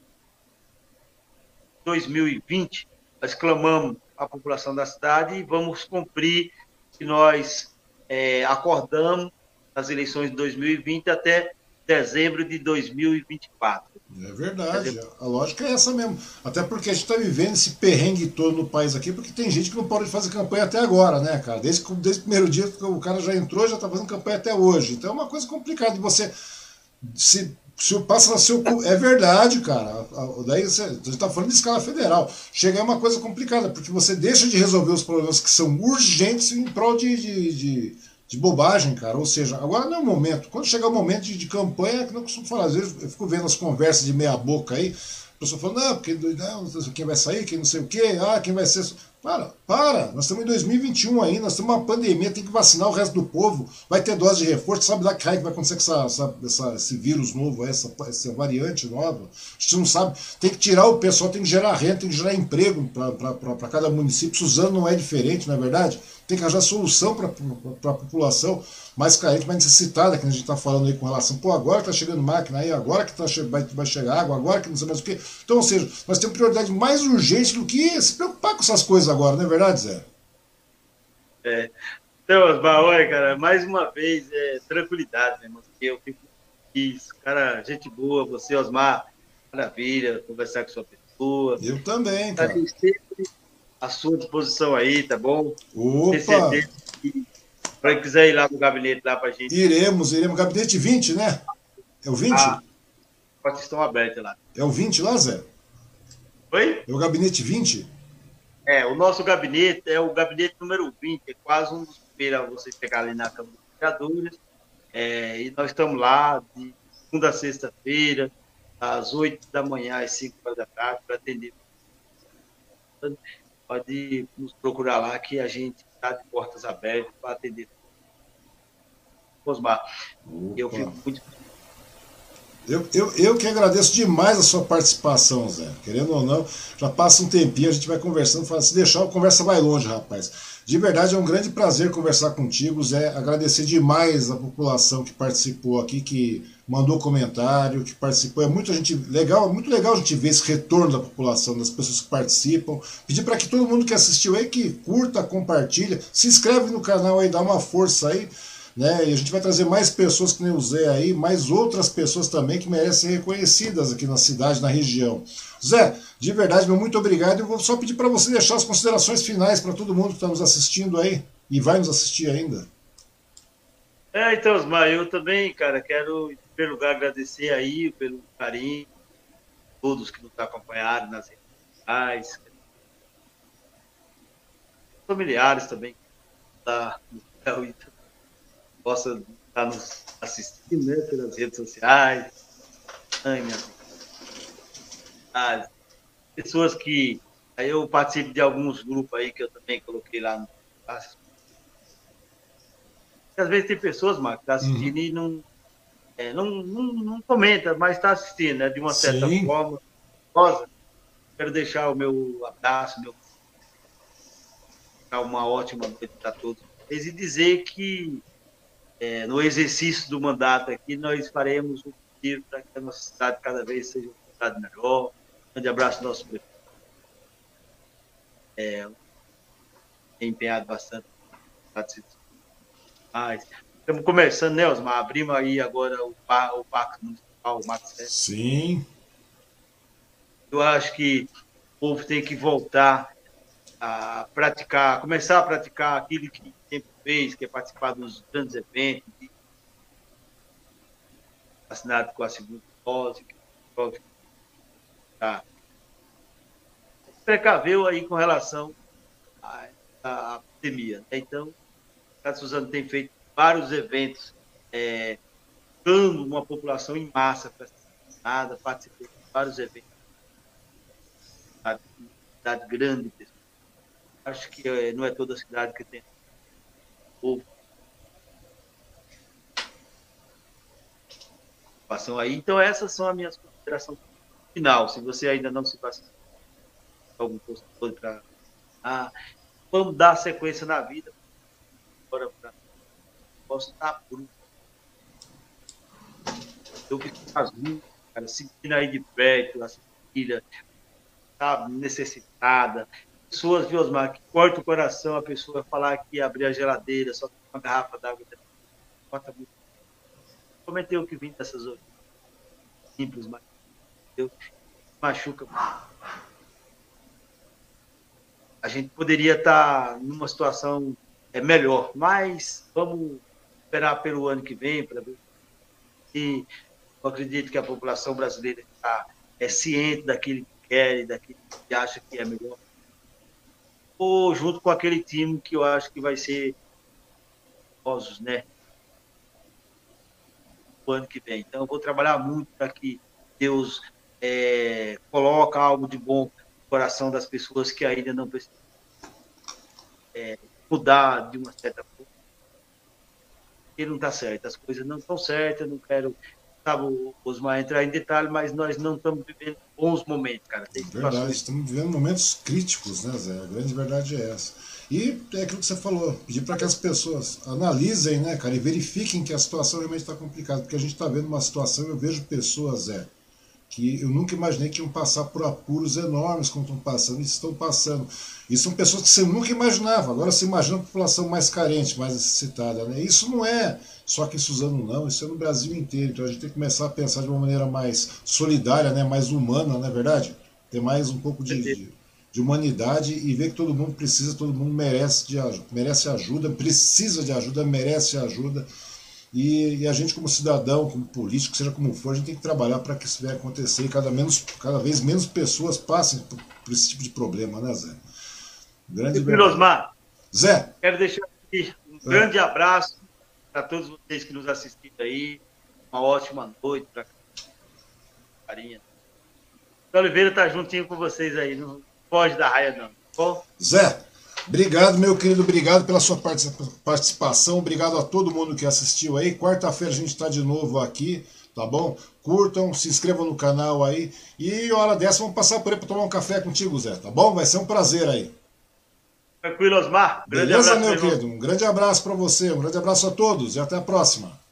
dois mil e vinte, nós clamamos a população da cidade e vamos cumprir o que nós é, acordamos nas eleições de dois mil e vinte até dezembro de dois mil e vinte e quatro. É verdade, a lógica é essa mesmo. Até porque a gente está vivendo esse perrengue todo no país aqui, porque tem gente que não pode fazer campanha até agora, né, cara? Desde, desde o primeiro dia que o cara já entrou, já está fazendo campanha até hoje. Então é uma coisa complicada de você. Se, se passa no seu. É verdade, cara. Daí você está falando de escala federal. Chega é uma coisa complicada, porque você deixa de resolver os problemas que são urgentes em prol de, de, de de bobagem, cara. Ou seja, agora não é o momento. Quando chegar o momento de, de campanha, que não costumo falar, às vezes eu fico vendo as conversas de meia boca aí, a pessoa falando, não, porque não, quem vai sair, quem não sei o quê, ah, quem vai ser. Para, para, nós estamos em dois mil e vinte e um aí, nós temos uma pandemia, tem que vacinar o resto do povo, vai ter dose de reforço, sabe lá que raio que vai acontecer com essa, essa, essa, esse vírus novo, essa, essa variante nova, a gente não sabe, tem que tirar o pessoal, tem que gerar renda, tem que gerar emprego para cada município, Suzano não é diferente, não é verdade? Tem que arranjar solução para a população mais carente, mais necessitada, que a gente está falando aí com relação, pô, agora está chegando máquina aí, agora que tá, vai, vai chegar água, agora que não sei mais o quê. Então, ou seja, nós temos prioridade mais urgente do que se preocupar com essas coisas agora, não é verdade, Zé? É. Então, Osmar, olha, cara, mais uma vez, é, tranquilidade, meu irmão, eu fico feliz, cara, gente boa, você, Osmar, maravilha, conversar com sua pessoa. Eu também, Tá cara. sempre à sua disposição aí, tá bom? Opa! Para quem quiser ir lá no gabinete lá pra gente. Iremos, iremos. Gabinete vinte, né? É o vinte? Ah, portas estão abertas lá. É o vinte lá, Zé? Oi? É o gabinete vinte? É, o nosso gabinete é o gabinete número vinte, é quase um dos primeiros a você pegar ali na Câmara dos Vereadores. É, e nós estamos lá de segunda a sexta-feira, às oito da manhã às cinco horas da tarde, para atender. Pode nos procurar lá que a gente está de portas abertas para atender. Osmar, eu fico muito. Eu, eu, eu que agradeço demais a sua participação, Zé. Querendo ou não, já passa um tempinho, a gente vai conversando, fala, se deixar, a conversa vai longe, rapaz. De verdade, é um grande prazer conversar contigo, Zé. Agradecer demais a população que participou aqui, que mandou comentário, que participou. É muita gente legal, é muito legal a gente ver esse retorno da população, das pessoas que participam. Pedir para que todo mundo que assistiu aí, que curta, compartilha, se inscreve no canal aí, dá uma força aí. Né? E a gente vai trazer mais pessoas que nem o Zé aí, mais outras pessoas também que merecem ser reconhecidas aqui na cidade, na região. Zé, de verdade, meu muito obrigado. Eu vou só pedir para você deixar as considerações finais para todo mundo que está nos assistindo aí e vai nos assistir ainda. É, então, Osmar, eu também, cara, quero, em primeiro lugar, agradecer aí pelo carinho, todos que nos acompanharam nas redes sociais, familiares também, que tá no céu e possa estar nos assistindo, né, pelas redes sociais, ai, minha vida. Pessoas que aí eu participo de alguns grupos aí que eu também coloquei lá no às vezes tem pessoas, Marcos, que estão assistindo uhum. e não, é, não, não, não comenta, mas está assistindo, né, de uma certa Sim. forma. Nossa, quero deixar o meu abraço, meu uma ótima noite para todos e dizer que É, no exercício do mandato aqui, nós faremos o possível para que a nossa cidade cada vez seja uma cidade melhor. Um grande abraço ao nosso prefeito. É, empenhado bastante. Mas estamos começando, né, Osmar? Abrimos aí agora o, par, o Parque Municipal, o Mato Sete. Sim. Eu acho que o povo tem que voltar a praticar, começar a praticar aquilo que sempre fez, que é participar dos grandes eventos, vacinado com a segunda dose, que tá. Precaveu aí com relação à, à pandemia. Né? Então, a Suzano tem feito vários eventos, é, dando uma população em massa para ser vacinada, participando de vários eventos. Uma cidade grande, acho que é, não é toda cidade que tem povo. Aí. Então, essas são as minhas consideração final. Se você ainda não se vacinou, algum postor para ah, vamos dar sequência na vida. Agora para posso estar bruto. Eu que estou as ruas, cara, sentindo aí de perto, a filha, sabe, necessitada. Pessoas, viu, Osmar, que corta o coração a pessoa falar que abrir a geladeira, só tem uma garrafa d'água. Corta muito. Cometeu o que vim dessas outras. Simples, mas eu machuca. A gente poderia estar numa situação é, melhor, mas vamos esperar pelo ano que vem para ver. E eu acredito que a população brasileira está é, ciente daquilo que quer e daquilo que acha que é melhor. Ou junto com aquele time que eu acho que vai ser famosos, né? O ano que vem. Então, eu vou trabalhar muito para que Deus é, coloque algo de bom no coração das pessoas que ainda não precisam é, mudar de uma certa forma. Porque não está certo, as coisas não estão certas, eu não quero, sabe, Osmar, entrar em detalhe, mas nós não estamos vivendo bons momentos, cara. Tem verdade, estamos vivendo momentos críticos, né, Zé? A grande verdade é essa. E é aquilo que você falou, pedir para que as pessoas analisem, né, cara, e verifiquem que a situação realmente está complicada, porque a gente está vendo uma situação, eu vejo pessoas, Zé, que eu nunca imaginei que iam passar por apuros enormes como estão passando e estão passando. E são pessoas que você nunca imaginava. Agora você imagina a população mais carente, mais necessitada, né? Isso não é só aqui em Suzano, não. Isso é no Brasil inteiro. Então a gente tem que começar a pensar de uma maneira mais solidária, né? Mais humana, não é verdade? Ter mais um pouco de, de, de humanidade e ver que todo mundo precisa, todo mundo merece, de, merece ajuda, precisa de ajuda, merece ajuda. E, e a gente, como cidadão, como político, seja como for, a gente tem que trabalhar para que isso venha acontecer e cada, menos, cada vez menos pessoas passem por, por esse tipo de problema, né, Zé? Grande Osmar, Zé, quero deixar aqui um é. grande abraço para todos vocês que nos assistiram aí. Uma ótima noite para carinha. O Oliveira tá juntinho com vocês aí, não foge da raia, não. Tá bom? Zé, obrigado, meu querido, obrigado pela sua participação, obrigado a todo mundo que assistiu aí. Quarta-feira a gente está de novo aqui, tá bom? Curtam, se inscrevam no canal aí e hora dessa vamos passar por aí para tomar um café contigo, Zé, tá bom? Vai ser um prazer aí. Tranquilo, Osmar. Grande Beleza, abraço, meu querido? Um grande abraço para você, um grande abraço a todos e até a próxima.